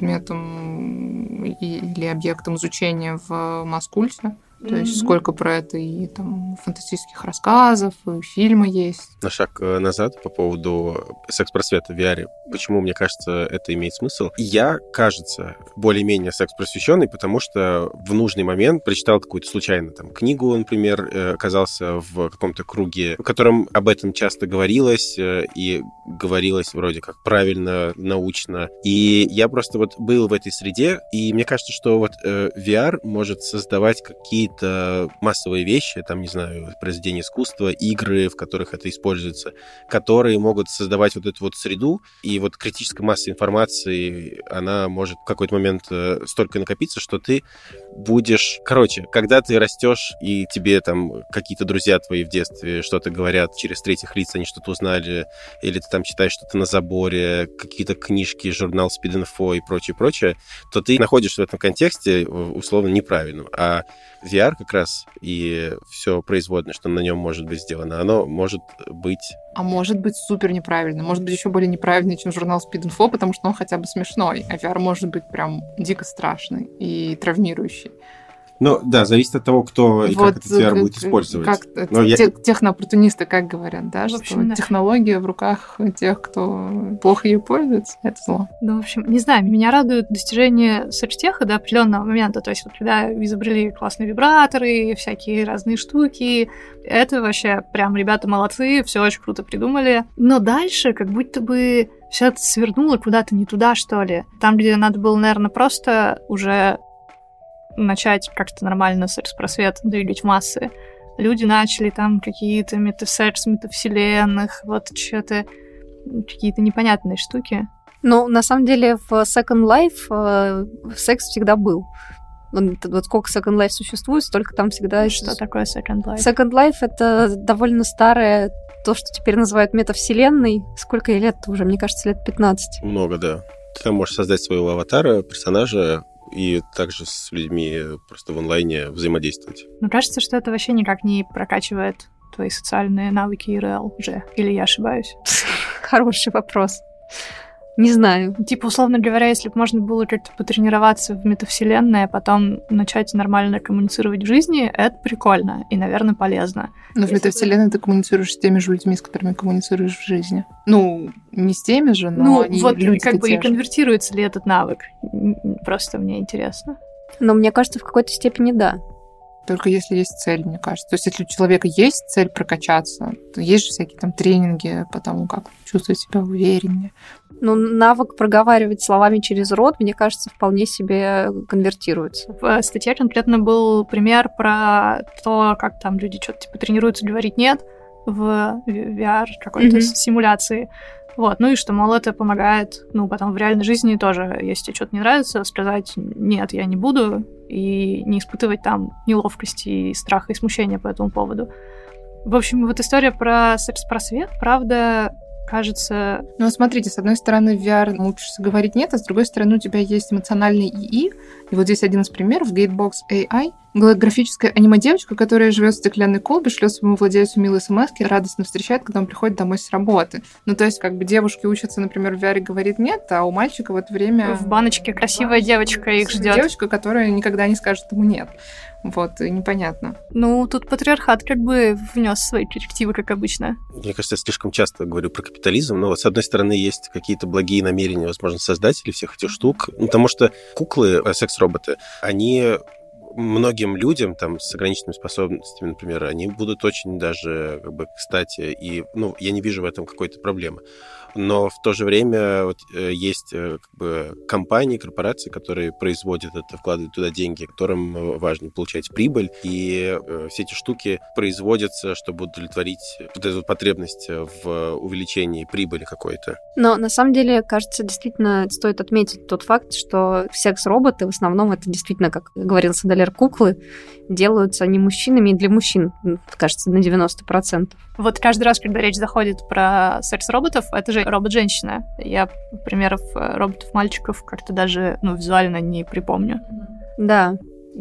предметом или объектом изучения в масс-культе. То есть сколько про это и там фантастических рассказов, и фильмы есть. На шаг назад по поводу секс-просвета в VR. Почему, мне кажется, это имеет смысл? Я, кажется, более-менее секс-просвещенный, потому что в нужный момент прочитал какую-то случайно там книгу, например, оказался в каком-то круге, в котором об этом часто говорилось, и говорилось вроде как правильно, научно. И я просто вот был в этой среде, и мне кажется, что вот VR может создавать какие-то массовые вещи, там, не знаю, произведения искусства, игры, в которых это используется, которые могут создавать вот эту вот среду, и вот критическая масса информации, она может в какой-то момент столько накопиться, что ты будешь... Короче, когда ты растешь, и тебе там какие-то друзья твои в детстве что-то говорят, через третьих лиц они что-то узнали, или ты там читаешь что-то на заборе, какие-то книжки, журнал Speed.info и прочее, то ты находишься в этом контексте условно неправильным. А VR как раз и все производное, что на нем может быть сделано, оно может быть... А может быть супер неправильно. Может быть еще более неправильный, чем журнал Speed.info, потому что он хотя бы смешной. А VR может быть прям дико страшный и травмирующий. Ну, да, зависит от того, кто и вот как этот VR будет использовать. Технооппортунисты как говорят, да, в общем, что технология в руках тех, кто плохо ей пользуется, это зло. Ну, в общем, не знаю, меня радует достижение соцтеха до определенного момента. То есть вот когда изобрели классные вибраторы, всякие разные штуки, это вообще прям ребята молодцы, все очень круто придумали. Но дальше как будто бы все это свернуло куда-то не туда, что ли. Там, где надо было, наверное, просто уже начать как-то нормально секс-просвет двигать в массы. Люди начали там какие-то метасекс, метавселенных, вот что-то, какие-то непонятные штуки. Ну, на самом деле, в Second Life секс всегда был. Вот сколько Second Life существует, столько там всегда... Что такое Second Life? Second Life — это довольно старое, то, что теперь называют метавселенной. Сколько ей лет уже? Мне кажется, лет 15. Много, да. Ты там можешь создать своего аватара, персонажа, и также с людьми просто в онлайне взаимодействовать. Мне кажется, что это вообще никак не прокачивает твои социальные навыки ИРЛ уже. Или я ошибаюсь? Хороший вопрос. Не знаю. Типа, условно говоря, если бы можно было как-то потренироваться в метавселенной, а потом начать нормально коммуницировать в жизни, это прикольно и, наверное, полезно. Но в метавселенной ты коммуницируешь с теми же людьми, с которыми коммуницируешь в жизни. Ну, не с теми же, но они вот люди как бы и же. конвертируется ли этот навык? Просто мне интересно. Но мне кажется, в какой-то степени да. Только если есть цель, мне кажется. То есть если у человека есть цель прокачаться, то есть же всякие там тренинги по тому, как чувствовать себя увереннее. Ну, навык проговаривать словами через рот, мне кажется, вполне себе конвертируется. В статье конкретно был пример про то, как там люди что-то типа тренируются говорить «нет» в VR какой-то симуляции. Вот, ну и что, мол, это помогает, ну, потом в реальной жизни тоже, если тебе что-то не нравится, сказать «нет, я не буду», и не испытывать там неловкости, и страха, и смущения по этому поводу. В общем, вот история про секс-просвет, правда, кажется... Ну, смотрите, с одной стороны, в VR учишься говорить «нет», а с другой стороны, у тебя есть эмоциональный ИИ. И вот здесь один из примеров, Gatebox AI, голографическая аниме-девочка, которая живет в стеклянной колбе, шлет своему владельцу милые смс-ки, радостно встречает, когда он приходит домой с работы. Ну, то есть, как бы девушки учатся, например, в VR говорит «нет», а у мальчика в это время... В баночке красивая девочка их ждет. Девочка, которая никогда не скажет ему «нет». Вот, и непонятно. Ну, тут патриархат как бы внес свои коррективы, как обычно. Мне кажется, я слишком часто говорю про капитализм, но, с одной стороны, есть какие-то благие намерения, возможно, создателей всех этих штук, потому что куклы, секс-роботы, они многим людям там с ограниченными способностями, например, они будут очень даже кстати, и я не вижу в этом какой-то проблемы. Но в то же время есть компании, корпорации, которые производят это, вкладывают туда деньги, которым важно получать прибыль, и все эти штуки производятся, чтобы удовлетворить вот эту потребность в увеличении прибыли какой-то. Но на самом деле, кажется, действительно стоит отметить тот факт, что секс-роботы в основном это действительно, как говорил Садалер, куклы, делаются не мужчинами и для мужчин, кажется, на 90%. Вот каждый раз, когда речь заходит про секс-роботов, это же робот-женщина. Я примеров роботов-мальчиков как-то даже визуально не припомню. Да.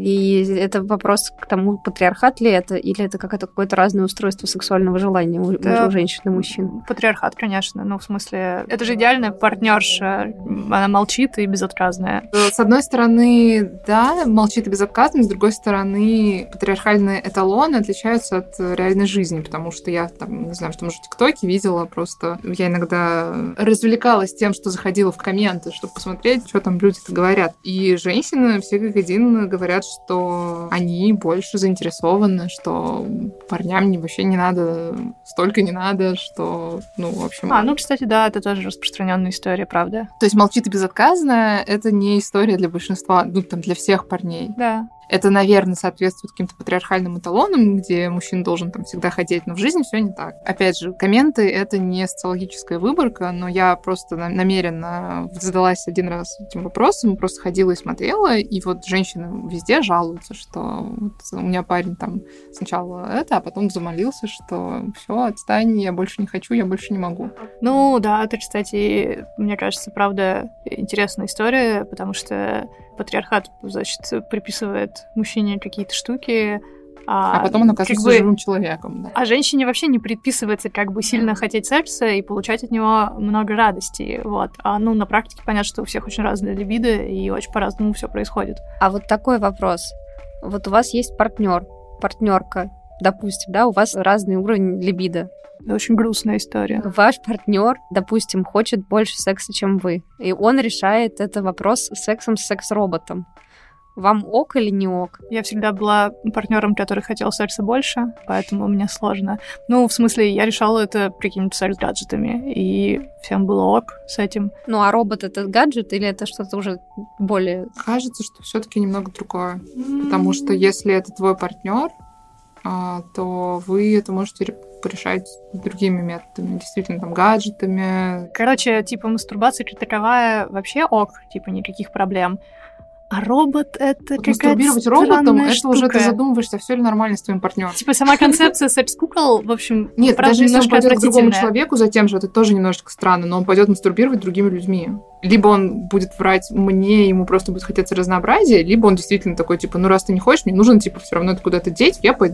И это вопрос к тому, патриархат ли это, или это какое-то разное устройство сексуального желания у женщин и мужчин. Патриархат, конечно. В смысле, это же идеальная партнерша. Она молчит и безотказная. С одной стороны, да, молчит и безотказная, с другой стороны, патриархальные эталоны отличаются от реальной жизни, потому что я не знаю, в том же ТикТоке видела просто... Я иногда развлекалась тем, что заходила в комменты, чтобы посмотреть, что там люди-то говорят. И женщины все как один говорят, что они больше заинтересованы, что парням вообще не надо, столько не надо, что, в общем... Кстати, да, это тоже распространенная история, правда. То есть молчит и безотказно — это не история для большинства, для всех парней. Да. Это, наверное, соответствует каким-то патриархальным эталонам, где мужчина должен всегда хотеть, но в жизни все не так. Опять же, комменты — это не социологическая выборка, но я просто намеренно задалась один раз этим вопросом, просто ходила и смотрела, и вот женщины везде жалуются, что у меня парень сначала а потом замолился, что все, отстань, я больше не хочу, я больше не могу. Да, это, кстати, мне кажется, правда, интересная история, потому что патриархат, приписывает мужчине какие-то штуки, а потом он оказывается живым человеком. Да. А женщине вообще не предписывается сильно хотеть секса и получать от него много радости. Вот. На практике понятно, что у всех очень разные либидо, и очень по-разному все происходит. А вот такой вопрос. Вот у вас есть партнерка, допустим, да, у вас разный уровень либидо. Это очень грустная история. Ваш партнер, допустим, хочет больше секса, чем вы, и он решает этот вопрос сексом с секс-роботом. Вам ок или не ок? Я всегда была партнером, который хотел секса больше, поэтому мне сложно. В смысле, я решала это какими-то секс-гаджетами, и всем было ок с этим. А робот — это гаджет или это что-то уже более... Кажется, что все-таки немного другое. Потому что если это твой партнер, то вы это можете решать другими методами, действительно, гаджетами. Короче, мастурбация как таковая вообще ок, никаких проблем. А робот — это какая-то мастурбировать роботом, это штука. уже ты задумываешься, все ли нормально с твоим партнером. Сама концепция секс-кукол, в общем, нет, правда, даже если он пойдет к другому отвратительная. человеку за тем же, это тоже немножечко странно, но он пойдет мастурбировать другими людьми. Либо он будет врать мне, ему просто будет хотеться разнообразия, либо он действительно такой, раз ты не хочешь, мне нужно, все равно это куда-то деть, я пойду,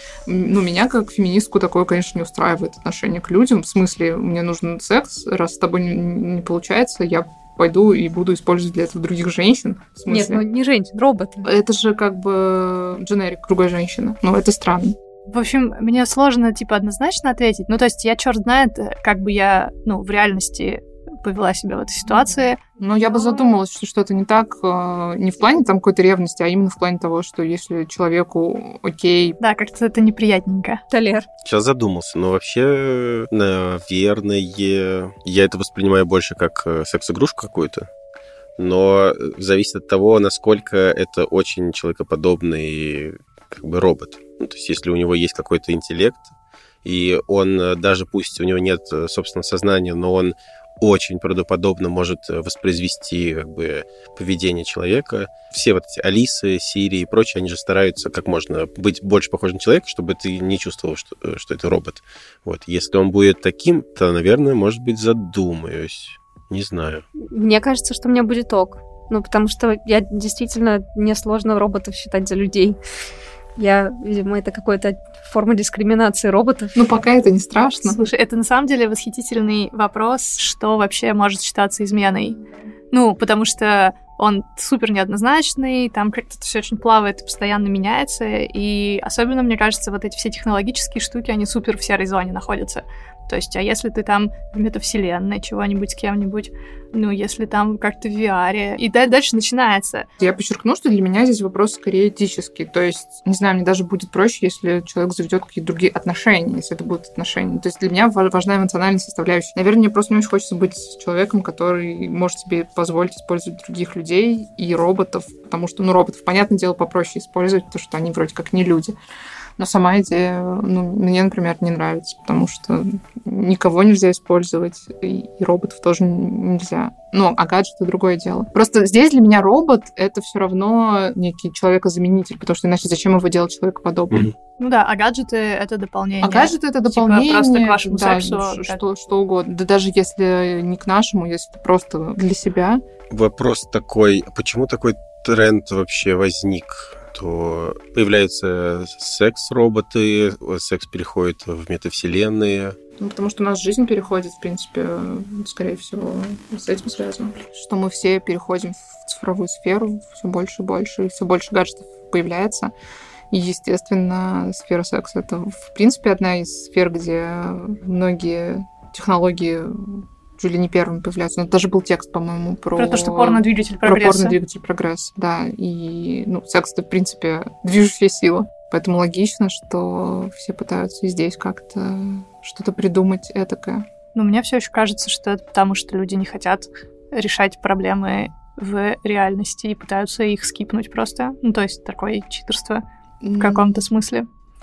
меня как феминистку такое, конечно, не устраивает отношение к людям, в смысле, мне нужен секс, раз с тобой не получается, я пойду и буду использовать для этого других женщин. В смысле? Нет, не женщин, роботы. Это же дженерик, другая женщина. Это странно. В общем, мне сложно, однозначно ответить. То есть я черт знает, как бы я, в реальности повела себя в этой ситуации. Я бы задумалась, что что-то не так, не в плане какой-то ревности, а именно в плане того, что если человеку окей... Да, как-то это неприятненько. Талер. Сейчас задумался, но вообще, наверное, я это воспринимаю больше как секс-игрушку какую-то, но зависит от того, насколько это очень человекоподобный робот. То есть если у него есть какой-то интеллект, и он, даже пусть у него нет собственного сознания, но он очень правдоподобно может воспроизвести поведение человека. Все эти Алисы, Сири и прочие, они же стараются как можно быть больше похожим на человека, чтобы ты не чувствовал, что это робот. Если он будет таким, то, наверное, может быть, задумаюсь. Не знаю. Мне кажется, что мне будет ок. Потому что мне сложно роботов считать за людей. Видимо, это какая-то форма дискриминации роботов. Пока это не страшно. Слушай, это на самом деле восхитительный вопрос, что вообще может считаться изменой. Потому что он супер неоднозначный, там как-то все очень плавает и постоянно меняется, и особенно, мне кажется, эти все технологические штуки, они супер в серой зоне находятся. То есть, а если ты в метавселенной чего-нибудь с кем-нибудь, если там как-то в VR. И дальше начинается. Я подчеркну, что для меня здесь вопрос скорее этический. То есть, не знаю, мне даже будет проще, если человек заведет какие-то другие отношения, если это будут отношения. То есть для меня важна эмоциональная составляющая. Наверное, мне просто не очень хочется быть человеком, который может себе позволить использовать других людей и роботов, потому что, роботов, понятное дело, попроще использовать, потому что они вроде как не люди. Но сама идея, мне, например, не нравится, потому что никого нельзя использовать, и роботов тоже нельзя. А гаджеты — другое дело. Просто здесь для меня робот — это все равно некий человекозаменитель, потому что иначе зачем его делать человекоподобным? А гаджеты — это дополнение. А гаджеты — это дополнение. Типа просто к вашему сексу. Что угодно. Да даже если не к нашему, если это просто для себя. Вопрос такой, почему такой тренд вообще возник? То появляются секс-роботы, секс переходит в метавселенные. Потому что у нас жизнь переходит, в принципе, скорее всего, с этим связано. Что мы все переходим в цифровую сферу все больше и больше, и все больше гаджетов появляется. И, естественно, сфера секса — это, в принципе, одна из сфер, где многие технологии чуть ли не первыми появляются. Даже был текст, по-моему, про то, что порно-двигатель прогресса. Про порно-двигатель прогресса, да. И, секс — это, в принципе, движущая сила. Поэтому логично, что все пытаются и здесь как-то что-то придумать этакое. Мне все еще кажется, что это потому, что люди не хотят решать проблемы в реальности и пытаются их скипнуть просто. То есть такое читерство в каком-то смысле.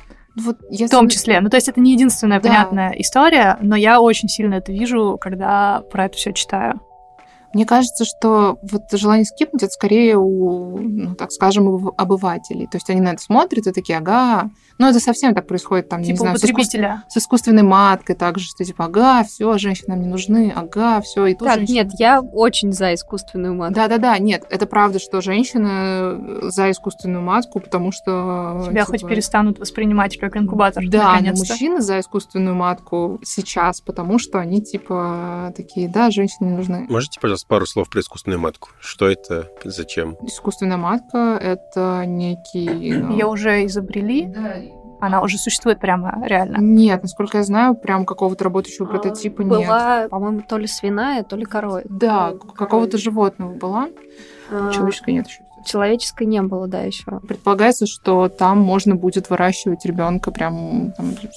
В том числе. То есть это не единственная понятная история, но я очень сильно это вижу, когда про это все читаю. Мне кажется, что желание скипнуть — это скорее у, так скажем, обывателей. То есть они на это смотрят и такие, ага. Это совсем так происходит, там, не знаю, с искусственной маткой также, что ага, все, женщины нам не нужны, ага, все, и тут так, нет, я очень за искусственную матку. Да, нет, это правда, что женщины за искусственную матку, потому что... Тебя хоть перестанут воспринимать как инкубатор, да, наконец-то. Но мужчины за искусственную матку сейчас, потому что они, такие, да, женщины не нужны. Можете, пожалуйста, пару слов про искусственную матку? Что это? Зачем? Искусственная матка — это некий... Ее уже изобрели? Да. Она уже существует прямо реально? Нет, насколько я знаю, прям какого-то работающего прототипа нет. Была, по-моему, то ли свиная, то ли коровья. Да, какого-то животного была. Человеческой нет еще. Человеческой не было, да, еще. Предполагается, что там можно будет выращивать ребенка прям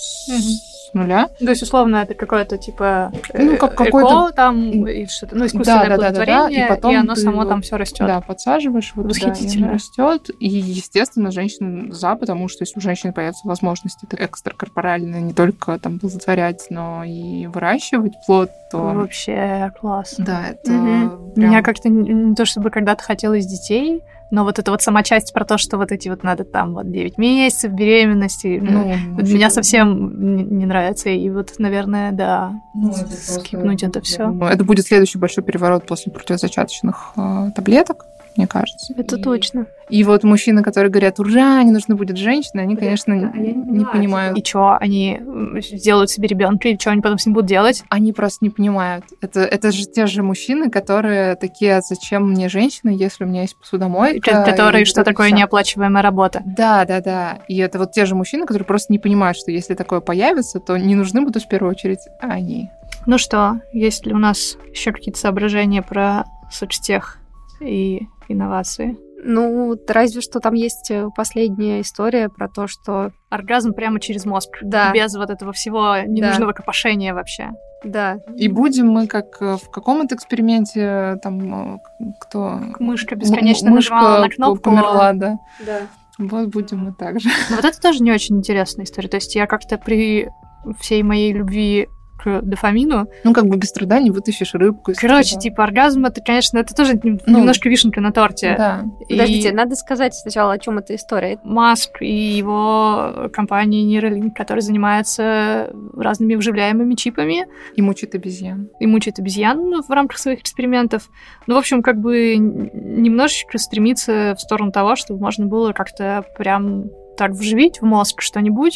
с нуля. То есть, условно, это какое-то типа какое-то там или что-то, искусственное оплодотворение, и потом оно само там все растет. Да, подсаживаешь, восхитительно растет. И, естественно, женщина за, потому что если у женщины появятся возможности экстракорпорально не только там плодотворять, но и выращивать плод, то... Вообще класс. Да, это... Меня как-то не то чтобы когда-то хотелось детей, но эта сама часть про то, что эти надо там 9 месяцев беременности, меня совсем не нравится. И наверное, да, скипнуть это все. Это будет следующий большой переворот после противозачаточных таблеток, мне кажется. Это точно. И мужчины, которые говорят, ура, не нужно будет женщины, они, конечно, не понимают. И что, они сделают себе ребенка, и что они потом с ним будут делать? Они просто не понимают. Это же те же мужчины, которые такие, зачем мне женщина, если у меня есть посудомойка? Которые, что такое неоплачиваемая работа. Да. И это те же мужчины, которые просто не понимают, что если такое появится, то не нужны будут в первую очередь они. Ну что, есть ли у нас еще какие-то соображения про соцтех и инновации? Разве что там есть последняя история про то, что... Оргазм прямо через мозг. Да. Без этого всего ненужного копошения вообще. Да. И будем мы как в каком-то эксперименте, там, кто... Мышка бесконечно нажимала на кнопку. Померла, да. Да. Будем мы так же. Но это тоже не очень интересная история. То есть я как-то при всей моей любви к дофамину. Без труда не вытащишь рыбку. Короче, оргазм, это, конечно, это тоже немножко вишенка на торте. Да. Подождите, надо сказать сначала, о чем эта история. Маск и его компания Neuralink, которая занимается разными вживляемыми чипами. И мучает обезьян. В рамках своих экспериментов. В общем, немножечко стремится в сторону того, чтобы можно было как-то прям так вживить в мозг что-нибудь,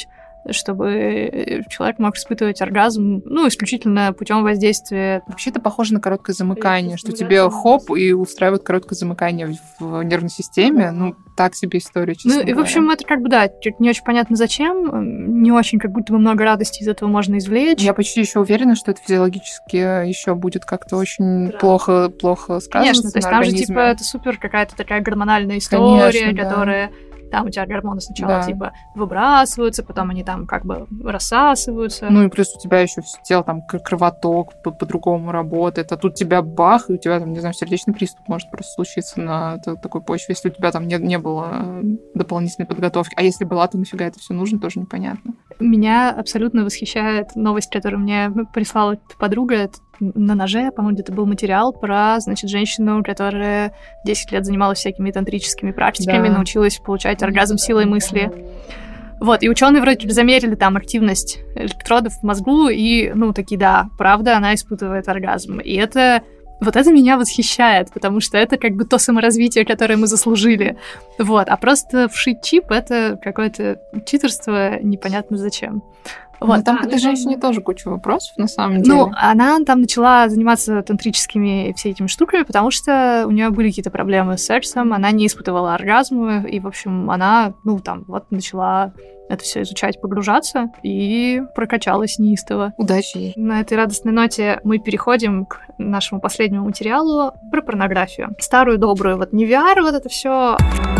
чтобы человек мог испытывать оргазм, исключительно путем воздействия. Вообще это похоже на короткое замыкание, что тебе хоп и устраивают короткое замыкание в нервной системе. Так себе история, честно говоря. И, в общем, это не очень понятно зачем, не очень как будто бы много радости из этого можно извлечь. Я почти еще уверена, что это физиологически еще будет как-то очень плохо сказываться. Конечно, то есть там же, это супер какая-то такая гормональная история, конечно, которая... Там у тебя гормоны сначала, выбрасываются, потом они там как бы рассасываются. И плюс у тебя еще все тело, там, кровоток по-другому работает, а тут тебя бах, и у тебя, там, не знаю, сердечный приступ может просто случиться на такой почве, если у тебя там не было дополнительной подготовки. А если была, то нафига это все нужно, тоже непонятно. Меня абсолютно восхищает новость, которую мне прислала подруга. Это на ноже, по-моему, где-то был материал про, женщину, которая 10 лет занималась всякими тантрическими практиками, научилась получать оргазм силой мысли. И ученые вроде замерили там активность электродов в мозгу, и, такие, да, правда, она испытывает оргазм. И это меня восхищает, потому что это как бы то саморазвитие, которое мы заслужили. А просто вшить чип — это какое-то читерство, непонятно зачем. Там к этой женщине тоже куча вопросов, на самом деле. Она там начала заниматься тантрическими всеми этими штуками, потому что у нее были какие-то проблемы с сексом, она не испытывала оргазмы, и, в общем, она, начала это все изучать, погружаться, и прокачалась неистово. Удачи ей. На этой радостной ноте мы переходим к нашему последнему материалу про порнографию. Старую добрую, не VR, это все.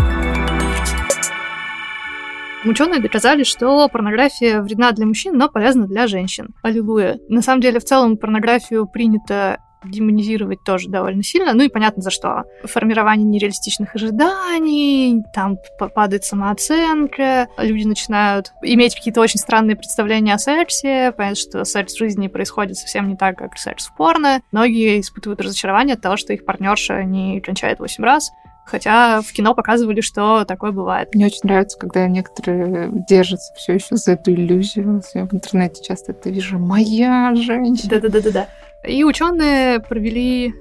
Ученые доказали, что порнография вредна для мужчин, но полезна для женщин. Аллилуйя. На самом деле, в целом, порнографию принято демонизировать тоже довольно сильно, и понятно за что. Формирование нереалистичных ожиданий, там падает самооценка, люди начинают иметь какие-то очень странные представления о сексе, понятно, что секс в жизни происходит совсем не так, как секс в порно. Многие испытывают разочарование от того, что их партнерша не кончает 8 раз, хотя в кино показывали, что такое бывает. Мне очень нравится, когда некоторые держатся все еще за эту иллюзию. Я в интернете часто это вижу. Моя женщина. Да. И ученые провели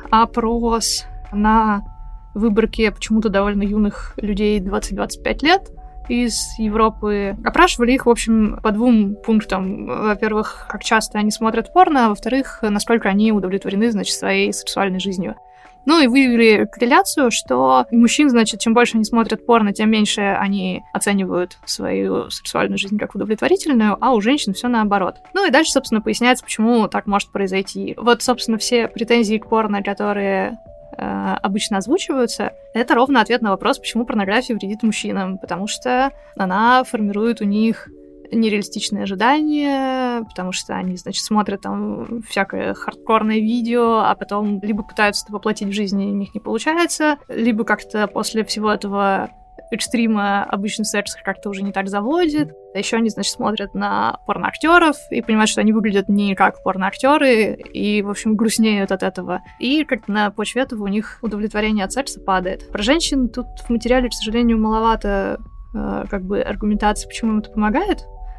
опрос на выборке почему-то довольно юных людей 20-25 лет из Европы. Опрашивали их, в общем, по 2 пунктам. Во-первых, как часто они смотрят порно, а во-вторых, насколько они удовлетворены, своей сексуальной жизнью. И выявили корреляцию, что у мужчин, чем больше они смотрят порно, тем меньше они оценивают свою сексуальную жизнь как удовлетворительную, а у женщин все наоборот. И дальше, собственно, поясняется, почему так может произойти. Собственно, все претензии к порно, которые обычно озвучиваются, это ровно ответ на вопрос, почему порнография вредит мужчинам, потому что она формирует у них нереалистичные ожидания, потому что они, смотрят там всякое хардкорное видео, а потом либо пытаются это воплотить в жизни, у них не получается, либо как-то после всего этого экстрима обычный секс как-то уже не так заводит. А еще они, смотрят на порноактеров и понимают, что они выглядят не как порноактеры, и, в общем, грустнеют от этого. И как-то на почве этого у них удовлетворение от секса падает. Про женщин тут в материале, к сожалению, маловато аргументации, почему им это помогает.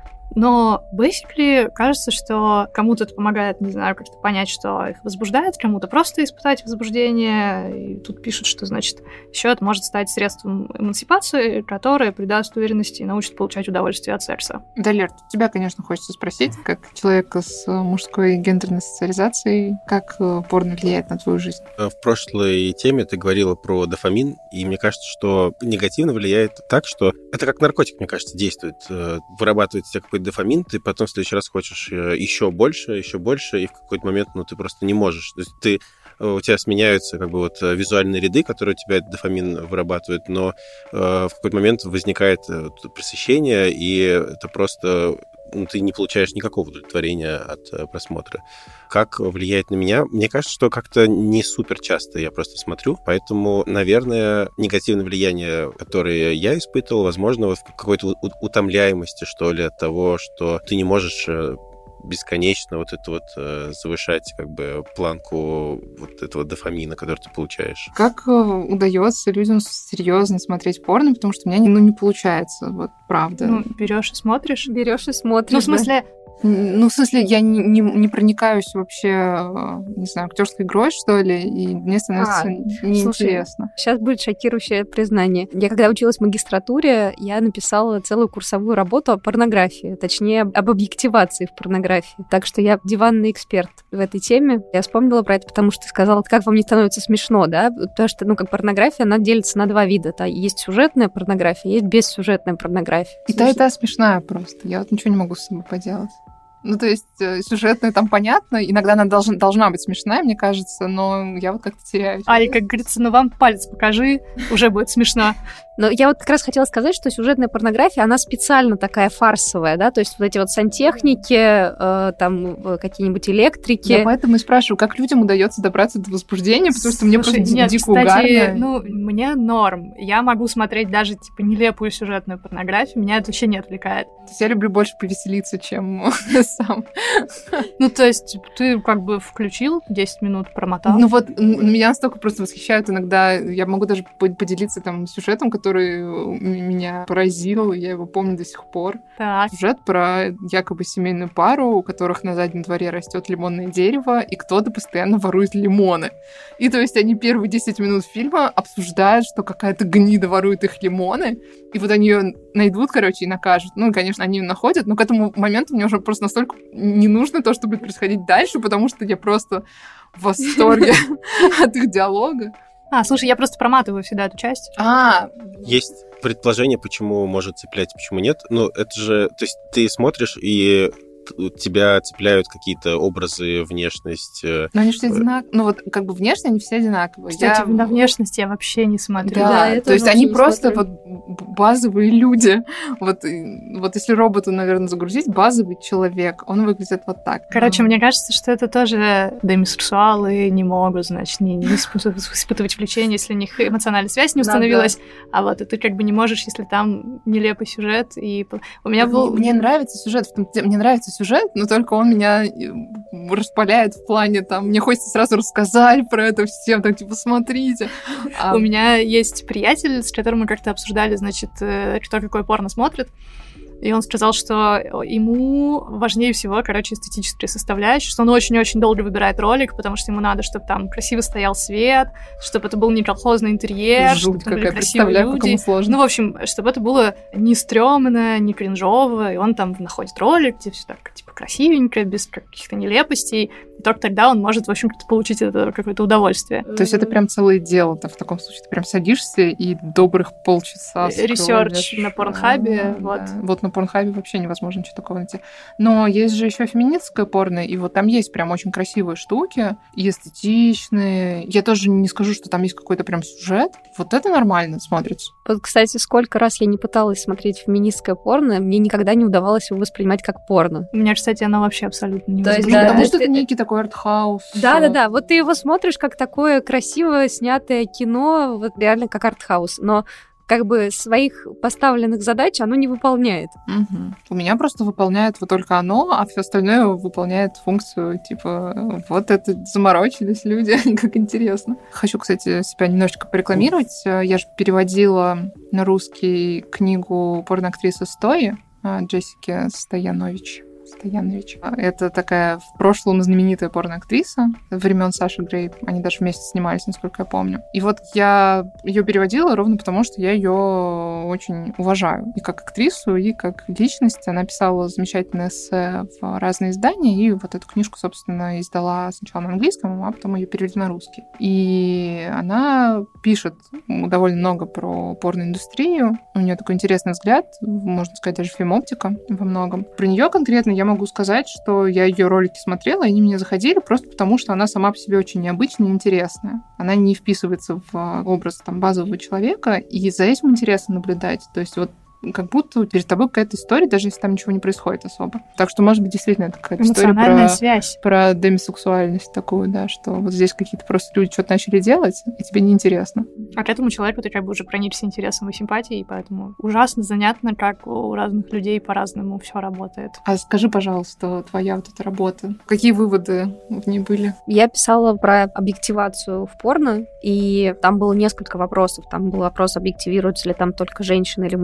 Но, basically, кажется, что кому-то это помогает, не знаю, как-то понять, что их возбуждает, кому-то просто испытать возбуждение. И тут пишут, что, еще это может стать средством эмансипации, которое придаст уверенности и научит получать удовольствие от секса. Да, Лер, тебя, конечно, хочется спросить, как человека с мужской гендерной социализацией, как порно влияет на твою жизнь? В прошлой теме ты говорила про дофамин, и мне кажется, что негативно влияет так, что это как наркотик, мне кажется, действует. Вырабатывает себя какой-то дофамин, ты потом в следующий раз хочешь еще больше, и в какой-то момент, ты просто не можешь. То есть у тебя сменяются визуальные ряды, которые у тебя этот дофамин вырабатывает, но в какой-то момент возникает пресыщение, и это просто ты не получаешь никакого удовлетворения от просмотра. Как влияет на меня? Мне кажется, что как-то не супер часто я просто смотрю, поэтому, наверное, негативное влияние, которое я испытывал, возможно, в какой-то утомляемости, что ли, от того, что ты не можешь бесконечно завышать планку этого дофамина, который ты получаешь. Как удается людям серьезно смотреть порно, потому что у меня не получается, правда. Берешь и смотришь. Берешь и смотришь. В смысле, Ну, в смысле, я не проникаюсь вообще, не знаю, актерской игрой, что ли, и мне становится неинтересно. Сейчас будет шокирующее признание. Я когда училась в магистратуре, я написала целую курсовую работу о порнографии, точнее, об объективации в порнографии. Так что я диванный эксперт в этой теме. Я вспомнила про это, потому что ты сказала, как вам не становится смешно, да? Потому что, как порнография, она делится на два вида. Есть сюжетная порнография, есть бессюжетная порнография. И та смешная просто. Я вот ничего не могу с собой поделать. Ну, то есть сюжетная там понятно, иногда она должна быть смешная, мне кажется, но я вот как-то теряюсь. Али, как говорится, вам палец покажи, уже будет смешно. Но я вот как раз хотела сказать, что сюжетная порнография, она специально такая фарсовая, да, то есть вот эти вот сантехники, там какие-нибудь электрики. Я поэтому и спрашиваю, как людям удается добраться до возбуждения, потому что мне просто дико угарно. Мне норм. Я могу смотреть даже, нелепую сюжетную порнографию, меня это вообще не отвлекает. То есть я люблю больше повеселиться, чем сам. Ну, то есть ты как бы включил, 10 минут промотал. Ну вот, меня настолько просто восхищают иногда, я могу даже поделиться там сюжетом, который меня поразил, я его помню до сих пор. Так. Сюжет про якобы семейную пару, у которых на заднем дворе растет лимонное дерево, и кто-то постоянно ворует лимоны. И то есть они первые 10 минут фильма обсуждают, что какая-то гнида ворует их лимоны, и вот они ее найдут, и накажут. Ну, конечно, они ее находят, но к этому моменту мне уже просто настолько не нужно то, что будет происходить дальше, потому что я просто в восторге от их диалога. Слушай, я просто проматываю всегда эту часть. Есть предположение, почему может цеплять, почему нет. Ну, это же... То есть ты смотришь, и тебя цепляют какие-то образы, внешность. Но они же все одинаковые. Ну, вот как бы внешне они все одинаковые. Кстати, на внешность я вообще не смотрю. Да, то есть они просто вот базовые люди. Вот если роботу, наверное, загрузить, базовый человек, он выглядит вот так. Короче, мне кажется, что это тоже демисексуалы не могут, значит, не испытывать влечение, если у них эмоциональная связь не установилась. А вот и ты как бы не можешь, если там нелепый сюжет. И у меня был... Мне нравится сюжет, мне нравится сюжет, но только он меня распаляет в плане, там, мне хочется сразу рассказать про это всем, так, смотрите. У меня есть приятель, с которым мы как-то обсуждали, значит, кто какое порно смотрит. И он сказал, что ему важнее всего, эстетическая составляющая, что он очень-очень долго выбирает ролик, потому что ему надо, чтобы там красиво стоял свет, чтобы это был не колхозный интерьер, чтобы там были красивые люди. Ну, в общем, чтобы это было не стрёмно, не кринжово, и он там находит ролик, где все так, красивенько, без каких-то нелепостей, и только тогда он может, в общем, получить это какое-то удовольствие. То есть это прям целое дело, в таком случае ты прям садишься и добрых полчаса ресерч на Порнхабе, вот. Вот на Порнхабе вообще невозможно ничего такого найти. Но есть же еще феминистское порно, и вот там есть прям очень красивые штуки, и эстетичные. Я тоже не скажу, что там есть какой-то прям сюжет. Вот это нормально смотрится. Вот, кстати, сколько раз я не пыталась смотреть феминистское порно, мне никогда не удавалось его воспринимать как порно. У меня, кстати, оно вообще абсолютно не потому что это некий такой артхаус. Да. Вот ты его смотришь как такое красиво снятое кино, вот реально как артхаус. Но как бы своих поставленных задач оно не выполняет. Угу. У меня просто выполняет вот только оно, а все остальное выполняет функцию, вот это заморочились люди, как интересно. Хочу, кстати, себя немножечко порекламировать. Я же переводила на русский книгу порноактрисы Стои Джессики Стоянович. Это такая в прошлом знаменитая порноактриса времен Саши Грей. Они даже вместе снимались, насколько я помню. И вот я ее переводила ровно потому, что я ее очень уважаю. И как актрису, и как личность. Она писала замечательные эссе в разные издания, и вот эту книжку, собственно, издала сначала на английском, а потом ее перевели на русский. И она пишет довольно много про порноиндустрию. У нее такой интересный взгляд, можно сказать, даже фемоптика во многом. Про нее конкретно я могу сказать, что я ее ролики смотрела, и они мне заходили просто потому, что она сама по себе очень необычная и интересная. Она не вписывается в образ базового человека, и за этим интересно наблюдать. То есть вот как будто перед тобой какая-то история, даже если там ничего не происходит особо. Так что, может быть, действительно, это какая-то история про демисексуальность такую, да, что вот здесь какие-то просто люди что-то начали делать, и тебе неинтересно. А к этому человеку ты уже проникся интересом и симпатией, поэтому ужасно занятно, как у разных людей по-разному все работает. А скажи, пожалуйста, твоя вот эта работа, какие выводы в ней были? Я писала про объективацию в порно, и там было несколько вопросов. Там был вопрос, объективируются ли там только женщины или мужчины тоже.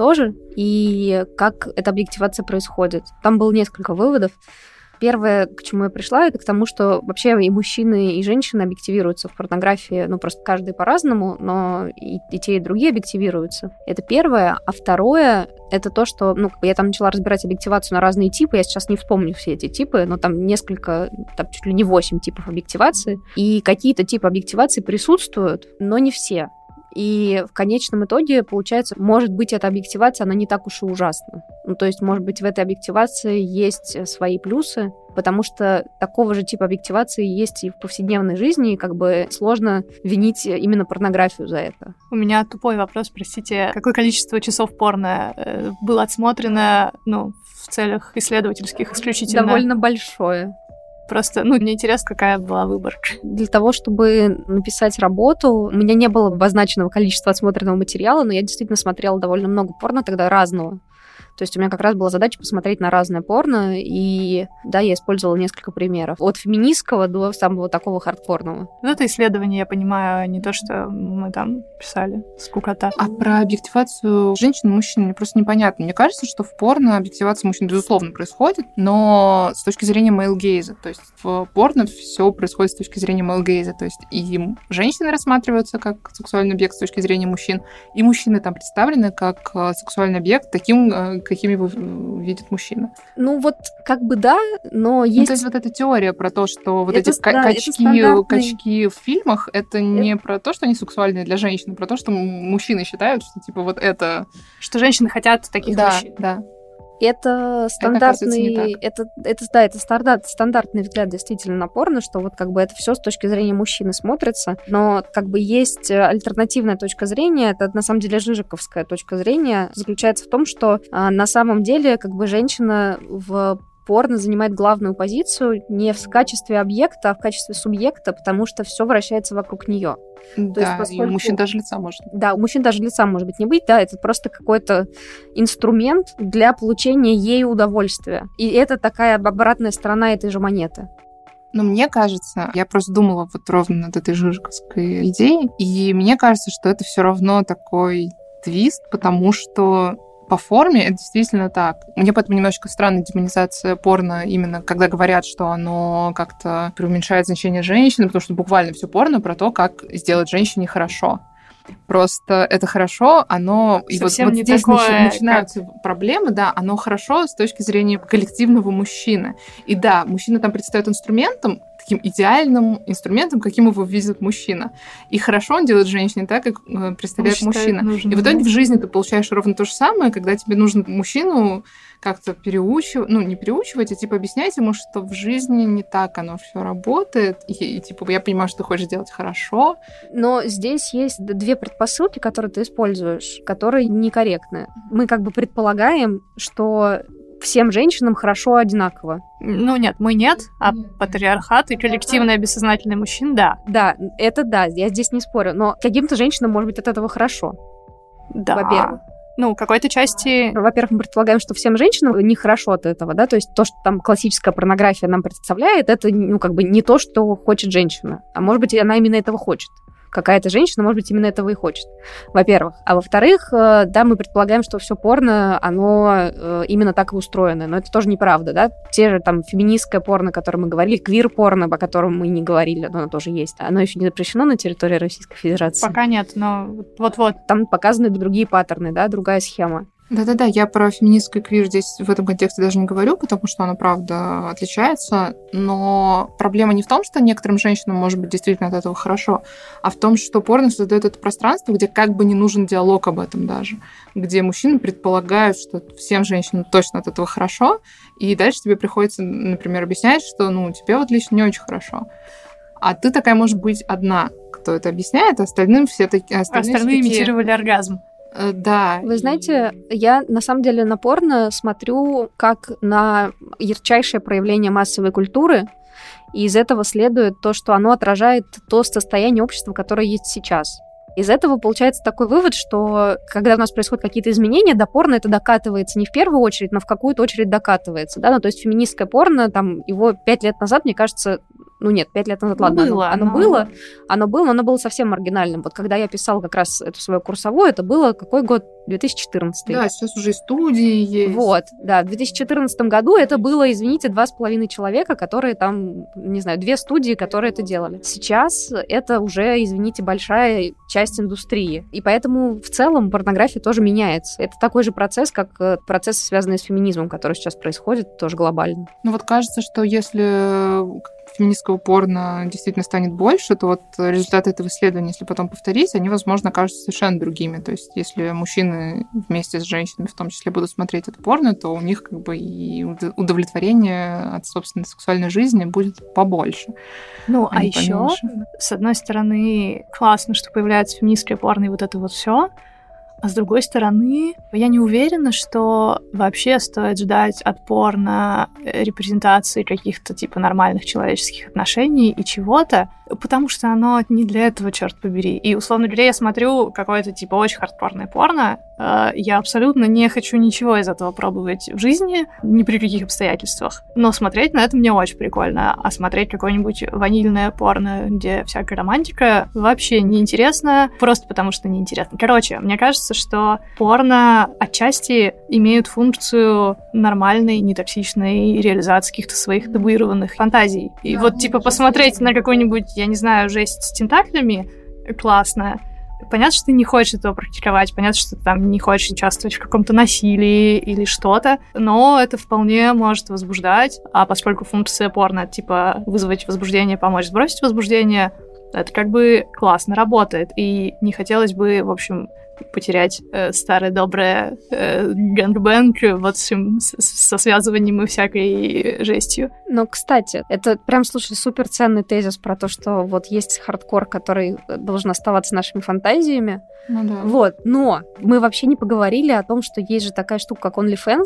тоже, и как эта объективация происходит. Там было несколько выводов. Первое, к чему я пришла, это к тому, что вообще и мужчины, и женщины объективируются в порнографии, ну, просто каждый по-разному, но и те, и другие объективируются. Это первое. А второе, это то, что, ну, я там начала разбирать объективацию на разные типы, я сейчас не вспомню все эти типы, но там несколько, там чуть ли не 8 типов объективации, и какие-то типы объективации присутствуют, но не все. И в конечном итоге, получается, может быть, эта объективация, она не так уж и ужасна. Ну, то есть, может быть, в этой объективации есть свои плюсы, потому что такого же типа объективации есть и в повседневной жизни, и как бы сложно винить именно порнографию за это. У меня тупой вопрос, простите. Какое количество часов порно было отсмотрено, ну, в целях исследовательских исключительно? Довольно большое. Просто, ну, мне интересно, какая была выборка. Для того, чтобы написать работу, у меня не было обозначенного количества отсмотренного материала, но я действительно смотрела довольно много порно тогда разного. То есть у меня как раз была задача посмотреть на разное порно, и да, я использовала несколько примеров. От феминистского до самого такого хардкорного. Вот это исследование, я понимаю, не то, что мы там писали, скукота. А про объективацию женщин и мужчин мне просто непонятно. Мне кажется, что в порно объективация мужчин, безусловно, происходит, но с точки зрения male-gaze. То есть в порно все происходит с точки зрения male-gaze. То есть и женщины рассматриваются как сексуальный объект с точки зрения мужчин, и мужчины там представлены как сексуальный объект таким, какими его видит мужчина. Ну вот как бы да, но есть... Ну, то есть вот эта теория про то, что вот это, эти да, качки в фильмах, это не про то, что они сексуальные для женщин, а про то, что мужчины считают, что типа вот это... Что женщины хотят таких мужчин. Да. Это стандартный, это стандартный взгляд действительно на порно, что вот как бы это все с точки зрения мужчины смотрится, но как бы есть альтернативная точка зрения, это на самом деле жижиковская точка зрения, заключается в том, что на самом деле как бы женщина в порно занимает главную позицию не в качестве объекта, а в качестве субъекта, потому что все вращается вокруг нее. Да, поскольку... и у мужчин даже лица может быть. Да, у мужчин даже лица может быть не быть, да, это просто какой-то инструмент для получения ей удовольствия. И это такая обратная сторона этой же монеты. Но мне кажется, я просто думала вот ровно над этой жижиковской идеей, и мне кажется, что это все равно такой твист, потому что по форме это действительно так. Мне поэтому немножечко странная демонизация порно, именно когда говорят, что оно как-то преуменьшает значение женщины, потому что буквально все порно про то, как сделать женщине хорошо. Просто это хорошо, оно... Совсем и вот не здесь такое, начинаются проблемы, да, оно хорошо с точки зрения коллективного мужчины. И да, мужчина там предстает инструментом, таким идеальным инструментом, каким его видит мужчина. И хорошо он делает женщине так, как представляет мужчина. Нужно, и в итоге в жизни ты получаешь ровно то же самое, когда тебе нужно мужчину как-то переучивать, ну, не переучивать, а типа объяснять ему, что в жизни не так оно все работает. И типа я понимаю, что ты хочешь делать хорошо. Но здесь есть две предпосылки, которые ты используешь, которые некорректны. Мы как бы предполагаем, что всем женщинам хорошо одинаково. Ну нет, мы нет, а патриархат и коллективное бессознательное мужчин, да. Да, это да, я здесь не спорю, но каким-то женщинам может быть от этого хорошо. Да. Во-первых. Ну, какой-то части... Во-первых, мы предполагаем, что всем женщинам нехорошо от этого, да, то есть то, что там классическая порнография нам представляет, это, ну, как бы не то, что хочет женщина, а может быть, она именно этого хочет. Какая-то женщина, может быть, именно этого и хочет, во-первых. А во-вторых, да, мы предполагаем, что все порно, оно именно так и устроено, но это тоже неправда, да. Те же там феминистское порно, о котором мы говорили, квир-порно, о котором мы не говорили, но оно тоже есть. Оно еще не запрещено на территории Российской Федерации. Пока нет, но вот-вот. Там показаны другие паттерны, да, другая схема. Да-да-да, я про феминистский квир здесь в этом контексте даже не говорю, потому что оно, правда, отличается, но проблема не в том, что некоторым женщинам может быть действительно от этого хорошо, а в том, что порно создает это пространство, где как бы не нужен диалог об этом даже, где мужчины предполагают, что всем женщинам точно от этого хорошо, и дальше тебе приходится, например, объяснять, что, ну, тебе вот лично не очень хорошо. А ты такая, может быть, одна, кто это объясняет, а остальным все такие... Остальные имитировали оргазм. Да. Вы знаете, я на самом деле на порно смотрю как на ярчайшее проявление массовой культуры, и из этого следует то, что оно отражает то состояние общества, которое есть сейчас. Из этого получается такой вывод, что когда у нас происходят какие-то изменения, до порно это докатывается не в первую очередь, но в какую-то очередь докатывается. Да? Ну, то есть феминистское порно, там, его 5 лет назад, мне кажется, ну нет, 5 лет назад, ладно, оно было, но оно было совсем маргинальным. Вот когда я писала как раз эту свою курсовую, это было какой год? 2014. Да, сейчас уже и студии есть. Вот, да, в 2014 году это было, извините, 2,5 человека, которые там, не знаю, 2 студии, которые это делали. Сейчас это уже, извините, большая часть индустрии. И поэтому в целом порнография тоже меняется. Это такой же процесс, как процессы, связанные с феминизмом, который сейчас происходит, тоже глобально. Ну вот кажется, что если феминистского порно действительно станет больше, то вот результаты этого исследования, если потом повторить, они, возможно, окажутся совершенно другими. То есть если мужчины вместе с женщинами в том числе будут смотреть это порно, то у них как бы и удовлетворение от собственной сексуальной жизни будет побольше. Ну, а еще, с одной стороны, классно, что появляется феминистское порно и вот это вот все. А с другой стороны, я не уверена, что вообще стоит ждать от порно репрезентации каких-то типа нормальных человеческих отношений и чего-то, потому что оно не для этого, черт побери. И, условно говоря, я смотрю какое-то типа очень хардкорное порно, я абсолютно не хочу ничего из этого пробовать в жизни, ни при каких обстоятельствах. Но смотреть на это мне очень прикольно. А смотреть какое-нибудь ванильное порно, где всякая романтика, вообще неинтересно, просто потому что неинтересно. Короче, мне кажется, что порно отчасти имеют функцию нормальной, нетоксичной реализации каких-то своих табуированных фантазий. И да, вот, типа, посмотреть на какую-нибудь, я не знаю, жесть с тентаклями классно. Понятно, что ты не хочешь этого практиковать, понятно, что ты там не хочешь участвовать в каком-то насилии или что-то, но это вполне может возбуждать, а поскольку функция порно, типа, вызвать возбуждение, помочь сбросить возбуждение, это как бы классно работает, и не хотелось бы, в общем, потерять старое доброе гэнгбэнг вот со связыванием и всякой жестью. Но, кстати, это прям, слушай, суперценный тезис про то, что вот есть хардкор, который должен оставаться нашими фантазиями. Ну да. Вот, но мы вообще не поговорили о том, что есть же такая штука, как OnlyFans,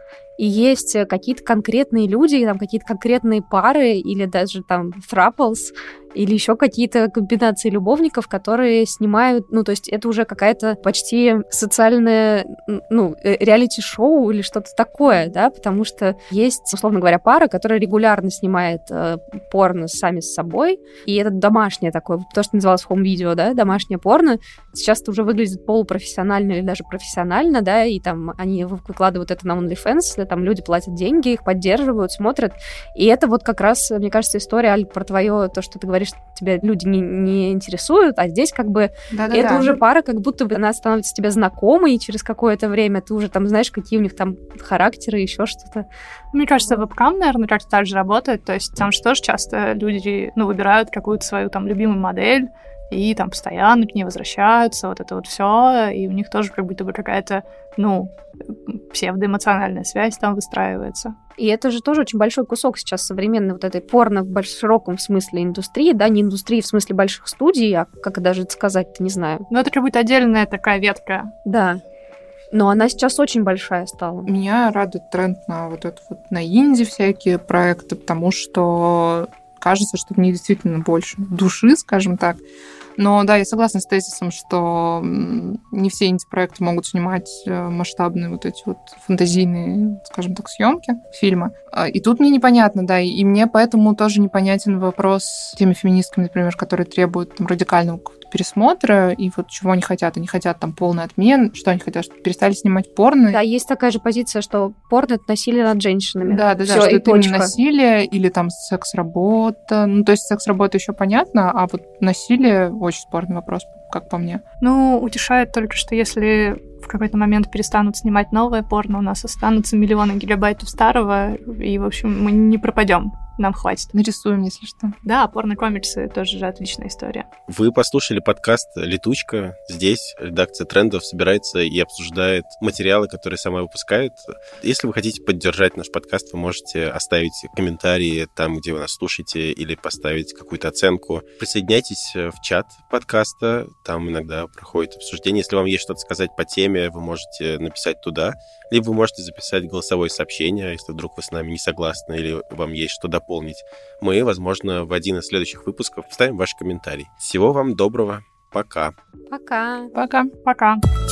и есть какие-то конкретные люди, там какие-то конкретные пары или даже там throuples, или еще какие-то комбинации любовников, которые снимают, ну, то есть это уже какая-то почти социальная, ну, реалити-шоу или что-то такое, да, потому что есть, условно говоря, пара, которая регулярно снимает порно сами с собой, и это домашнее такое, то, что называлось home-видео, да, домашнее порно, сейчас это уже выглядит полупрофессионально или даже профессионально, да, и там они выкладывают это на OnlyFans, там люди платят деньги, их поддерживают, смотрят, и это вот как раз, мне кажется, история, Аль, про твое, то, что ты говоришь, что тебя люди не интересуют, а здесь как бы это уже пара, как будто бы она становится тебе знакомой, и через какое-то время ты уже там знаешь, какие у них там характеры, еще что-то. Мне кажется, вебкам, наверное, как-то так же работает, то есть там же тоже часто люди, ну, выбирают какую-то свою там любимую модель, и там постоянно к ней возвращаются, вот это вот все, и у них тоже как будто бы какая-то, ну, псевдоэмоциональная связь там выстраивается. И это же тоже очень большой кусок сейчас современной вот этой порно в широком смысле индустрии, да, не индустрии в смысле больших студий, а как даже это сказать-то, не знаю. Ну, это как будто отдельная такая ветка. Да. Но она сейчас очень большая стала. Меня радует тренд на вот это вот, на инди всякие проекты, потому что кажется, что в них действительно больше души, скажем так. Но да, я согласна с тезисом, что не все инди-проекты могут снимать масштабные вот эти вот фантазийные, скажем так, съемки фильма. И тут мне непонятно, да, и мне поэтому тоже непонятен вопрос с теми феминистками, например, которые требуют там радикального пересмотра, и вот чего они хотят. Они хотят там полный отмен, что они хотят, чтобы перестали снимать порно. Да, есть такая же позиция, что порно — это насилие над женщинами. Да, Всё, что это именно насилие или там секс-работа. Ну, то есть секс-работа еще понятно, а вот насилие — очень спорный вопрос, как по мне. Ну, утешает только, что если в какой-то момент перестанут снимать новое порно, у нас останутся миллионы гигабайтов старого, и, в общем, мы не пропадем. Нам хватит. Нарисуем, если что. Да, порно-комиксы тоже же отличная история. Вы послушали подкаст «Летучка». Здесь редакция «Трендов» собирается и обсуждает материалы, которые сама выпускает. Если вы хотите поддержать наш подкаст, вы можете оставить комментарии там, где вы нас слушаете, или поставить какую-то оценку. Присоединяйтесь в чат подкаста, там иногда проходит обсуждение. Если вам есть что-то сказать по теме, вы можете написать туда, либо вы можете записать голосовое сообщение, если вдруг вы с нами не согласны или вам есть что дополнить. Мы, возможно, в один из следующих выпусков вставим ваш комментарий. Всего вам доброго. Пока. Пока. Пока. Пока.